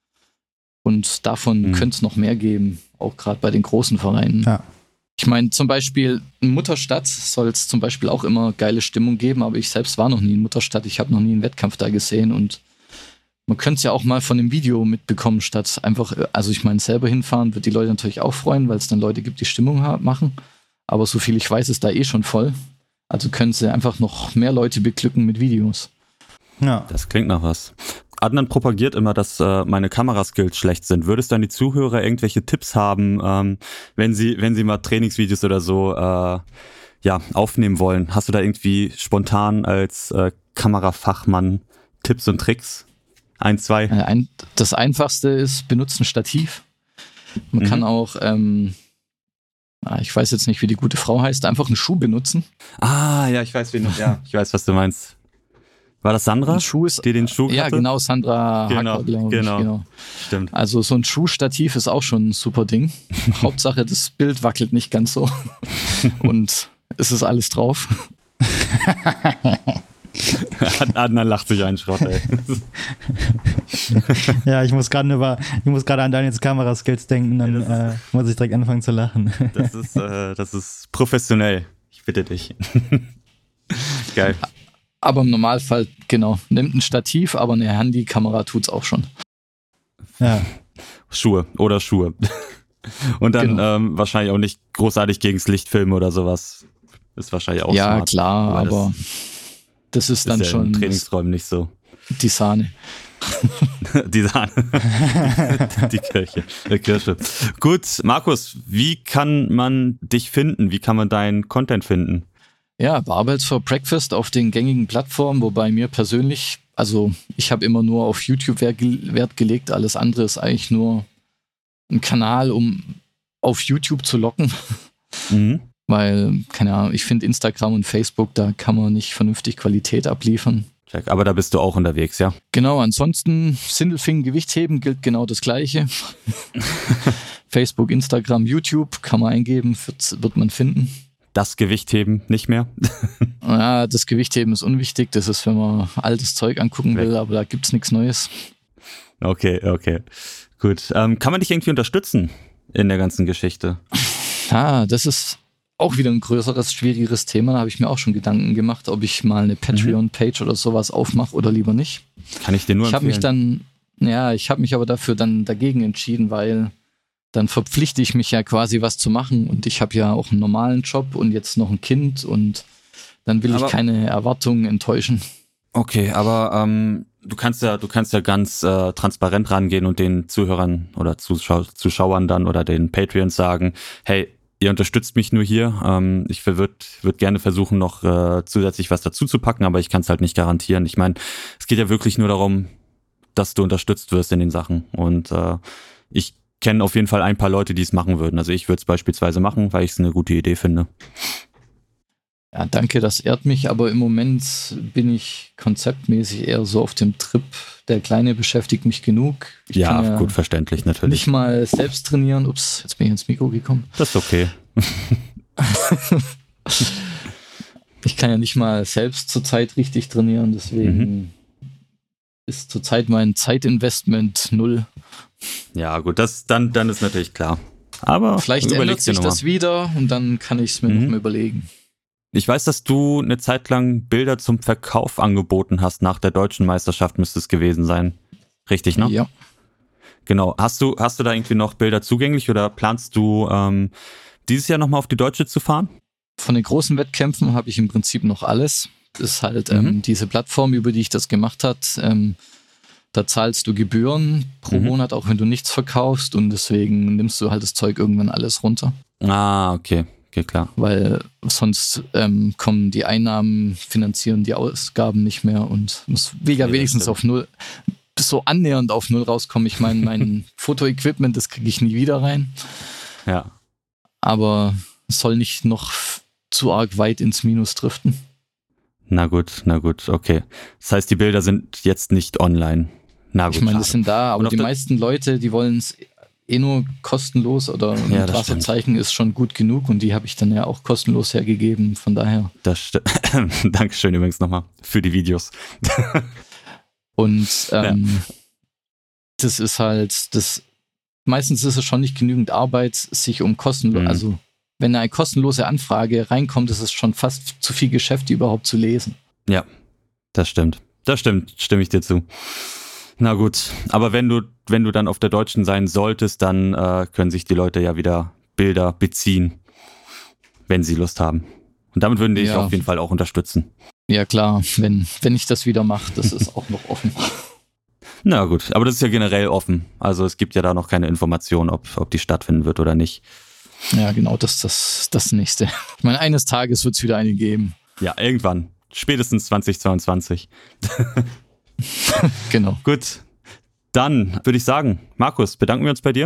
Und davon könnte es noch mehr geben, auch gerade bei den großen Vereinen. Ja. Ich meine, zum Beispiel in Mutterstadt soll es zum Beispiel auch immer geile Stimmung geben, aber ich selbst war noch nie in Mutterstadt, ich habe noch nie einen Wettkampf da gesehen und man könnte es ja auch mal von einem Video mitbekommen, statt einfach, also ich meine, selber hinfahren, wird die Leute natürlich auch freuen, weil es dann Leute gibt, die Stimmung machen, aber so viel ich weiß, ist da schon voll. Also können sie einfach noch mehr Leute beglücken mit Videos. Ja. Das klingt nach was. Adnan propagiert immer, dass meine Kameraskills schlecht sind. Würdest du an die Zuhörer irgendwelche Tipps haben, wenn sie mal Trainingsvideos oder so aufnehmen wollen? Hast du da irgendwie spontan als Kamerafachmann Tipps und Tricks? 1, 2? Das Einfachste ist, benutzt ein Stativ. Man kann auch, ich weiß jetzt nicht, wie die gute Frau heißt, einfach einen Schuh benutzen. Ja, ich weiß, ich weiß, was du meinst. War das Sandra, die den Schuh hatte? Ja, genau, Sandra Hacker, glaube ich. Genau. Stimmt. Also so ein Schuhstativ ist auch schon ein super Ding. Hauptsache, das Bild wackelt nicht ganz so. Und es ist alles drauf. Adnan lacht sich einen Schrott, ey. Ja, ich muss gerade an Daniels Kameraskills denken, dann muss ich direkt anfangen zu lachen. Das ist professionell. Ich bitte dich. Geil. Aber im Normalfall, genau, nimmt ein Stativ, aber eine Handykamera tut's auch schon. Ja. Schuhe. Und dann wahrscheinlich auch nicht großartig gegens Licht filmen oder sowas. Ist wahrscheinlich auch ja, smart. Klar, aber das ist dann schon in Trainingsräumen nicht so. Die Sahne. Die Sahne. Die Kirsche. Gut, Markus, wie kann man dich finden? Wie kann man deinen Content finden? Ja, Barbells for Breakfast auf den gängigen Plattformen, wobei mir persönlich, also ich habe immer nur auf YouTube Wert gelegt, alles andere ist eigentlich nur ein Kanal, um auf YouTube zu locken. Mhm. Weil, keine Ahnung, ich finde Instagram und Facebook, da kann man nicht vernünftig Qualität abliefern. Aber da bist du auch unterwegs, ja? Genau, ansonsten Sindelfingen Gewichtheben gilt genau das Gleiche. Facebook, Instagram, YouTube kann man eingeben, wird man finden. Das Gewichtheben nicht mehr? Ja, das Gewichtheben ist unwichtig. Das ist, wenn man altes Zeug angucken will, aber da gibt's nichts Neues. Okay. Gut. Kann man dich irgendwie unterstützen in der ganzen Geschichte? Ja, das ist auch wieder ein größeres, schwierigeres Thema. Da habe ich mir auch schon Gedanken gemacht, ob ich mal eine Patreon-Page oder sowas aufmache oder lieber nicht. Kann ich dir nur empfehlen. Ich habe mich aber dafür dann dagegen entschieden, weil dann verpflichte ich mich ja quasi was zu machen und ich habe ja auch einen normalen Job und jetzt noch ein Kind und dann will ich keine Erwartungen enttäuschen. Okay, aber du kannst ja ganz transparent rangehen und den Zuhörern oder Zuschauern dann oder den Patreons sagen, hey, ihr unterstützt mich nur hier. Ich würd gerne versuchen, noch zusätzlich was dazu zu packen, aber ich kann es halt nicht garantieren. Ich meine, es geht ja wirklich nur darum, dass du unterstützt wirst in den Sachen und ich kenne auf jeden Fall ein paar Leute, die es machen würden. Also ich würde es beispielsweise machen, weil ich es eine gute Idee finde. Ja, danke, das ehrt mich, aber im Moment bin ich konzeptmäßig eher so auf dem Trip, der Kleine beschäftigt mich genug. Ich kann ja gut, verständlich, natürlich. Nicht mal selbst trainieren. Ups, jetzt bin ich ins Mikro gekommen. Das ist okay. Ich kann ja nicht mal selbst zurzeit richtig trainieren, deswegen ist zurzeit mein Zeitinvestment 0. Ja, gut, dann ist natürlich klar. Aber vielleicht ändert sich das wieder und dann kann ich es mir noch mal überlegen. Ich weiß, dass du eine Zeit lang Bilder zum Verkauf angeboten hast. Nach der deutschen Meisterschaft müsste es gewesen sein. Richtig, ne? Ja. Genau. Hast du da irgendwie noch Bilder zugänglich oder planst du dieses Jahr nochmal auf die Deutsche zu fahren? Von den großen Wettkämpfen habe ich im Prinzip noch alles. Das ist halt diese Plattform, über die ich das gemacht habe. Da zahlst du Gebühren pro Monat, auch wenn du nichts verkaufst und deswegen nimmst du halt das Zeug irgendwann alles runter. Ah, okay. Okay, klar. Weil sonst kommen die Einnahmen, finanzieren die Ausgaben nicht mehr und will ja wenigstens auf 0, so annähernd auf 0 rauskommen. Ich meine, mein Fotoequipment, das kriege ich nie wieder rein. Ja. Aber es soll nicht noch zu arg weit ins Minus driften. Na gut, okay. Das heißt, die Bilder sind jetzt nicht online. Na gut. Ich meine, das sind da, aber die meisten Leute, die wollen es nur kostenlos oder ein Wasserzeichen ist schon gut genug und die habe ich dann ja auch kostenlos hergegeben, von daher. Dankeschön übrigens nochmal für die Videos. Und das ist halt, meistens ist es schon nicht genügend Arbeit, sich um also wenn eine kostenlose Anfrage reinkommt, ist es schon fast zu viel Geschäft, die überhaupt zu lesen. Ja, das stimmt, stimme ich dir zu. Na gut, aber wenn du dann auf der Deutschen sein solltest, dann können sich die Leute ja wieder Bilder beziehen, wenn sie Lust haben. Und damit würden die dich auf jeden Fall auch unterstützen. Ja klar, wenn ich das wieder mache, das ist auch noch offen. Na gut, aber das ist ja generell offen. Also es gibt ja da noch keine Information, ob die stattfinden wird oder nicht. Ja genau, das ist das Nächste. Ich meine, eines Tages wird es wieder eine geben. Ja, irgendwann. Spätestens 2022. Genau. Gut, dann würde ich sagen, Markus, bedanken wir uns bei dir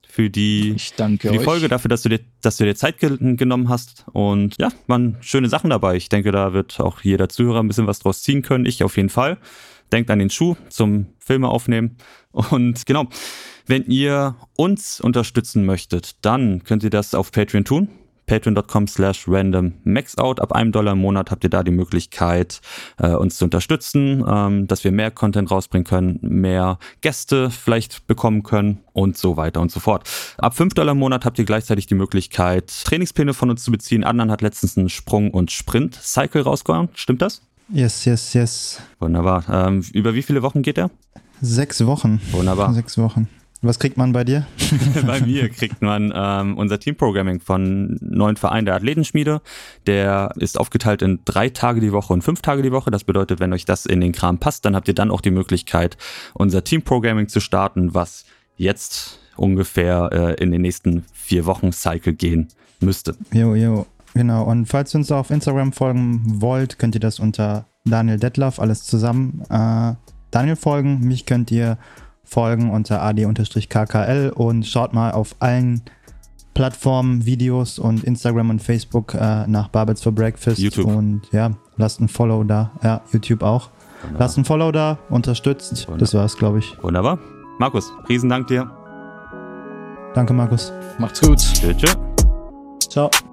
für die Folge, dafür, dass du dir Zeit genommen hast. Und ja, waren schöne Sachen dabei. Ich denke, da wird auch jeder Zuhörer ein bisschen was draus ziehen können. Ich auf jeden Fall. Denkt an den Schuh zum Filme aufnehmen. Und genau, wenn ihr uns unterstützen möchtet, dann könnt ihr das auf Patreon tun. Patreon.com/randommaxout. Ab $1 im Monat habt ihr da die Möglichkeit, uns zu unterstützen, dass wir mehr Content rausbringen können, mehr Gäste vielleicht bekommen können und so weiter und so fort. Ab $5 im Monat habt ihr gleichzeitig die Möglichkeit, Trainingspläne von uns zu beziehen. Adnan hat letztens einen Sprung- und Sprint-Cycle rausgehauen. Stimmt das? Yes. Wunderbar. Über wie viele Wochen geht der? 6 Wochen. Wunderbar. 6 Wochen. Was kriegt man bei dir? Bei mir kriegt man unser Teamprogramming von neuen Verein der Athletenschmiede. Der ist aufgeteilt in 3 Tage die Woche und 5 Tage die Woche. Das bedeutet, wenn euch das in den Kram passt, dann habt ihr dann auch die Möglichkeit, unser Teamprogramming zu starten, was jetzt ungefähr in den nächsten 4 Wochen Cycle gehen müsste. Jo, genau. Und falls ihr uns auf Instagram folgen wollt, könnt ihr das unter Daniel Detlef, alles zusammen, Daniel folgen. Mich könnt ihr folgen unter ad_kkl und schaut mal auf allen Plattformen, Videos und Instagram und Facebook nach Barbells for Breakfast. YouTube. Und ja, lasst ein Follow da. Ja, YouTube auch. Wunderbar. Lasst ein Follow da, unterstützt. Wunderbar. Das war's, glaube ich. Wunderbar. Markus, Riesendank dir. Danke, Markus. Macht's gut. Tschüss. Ciao.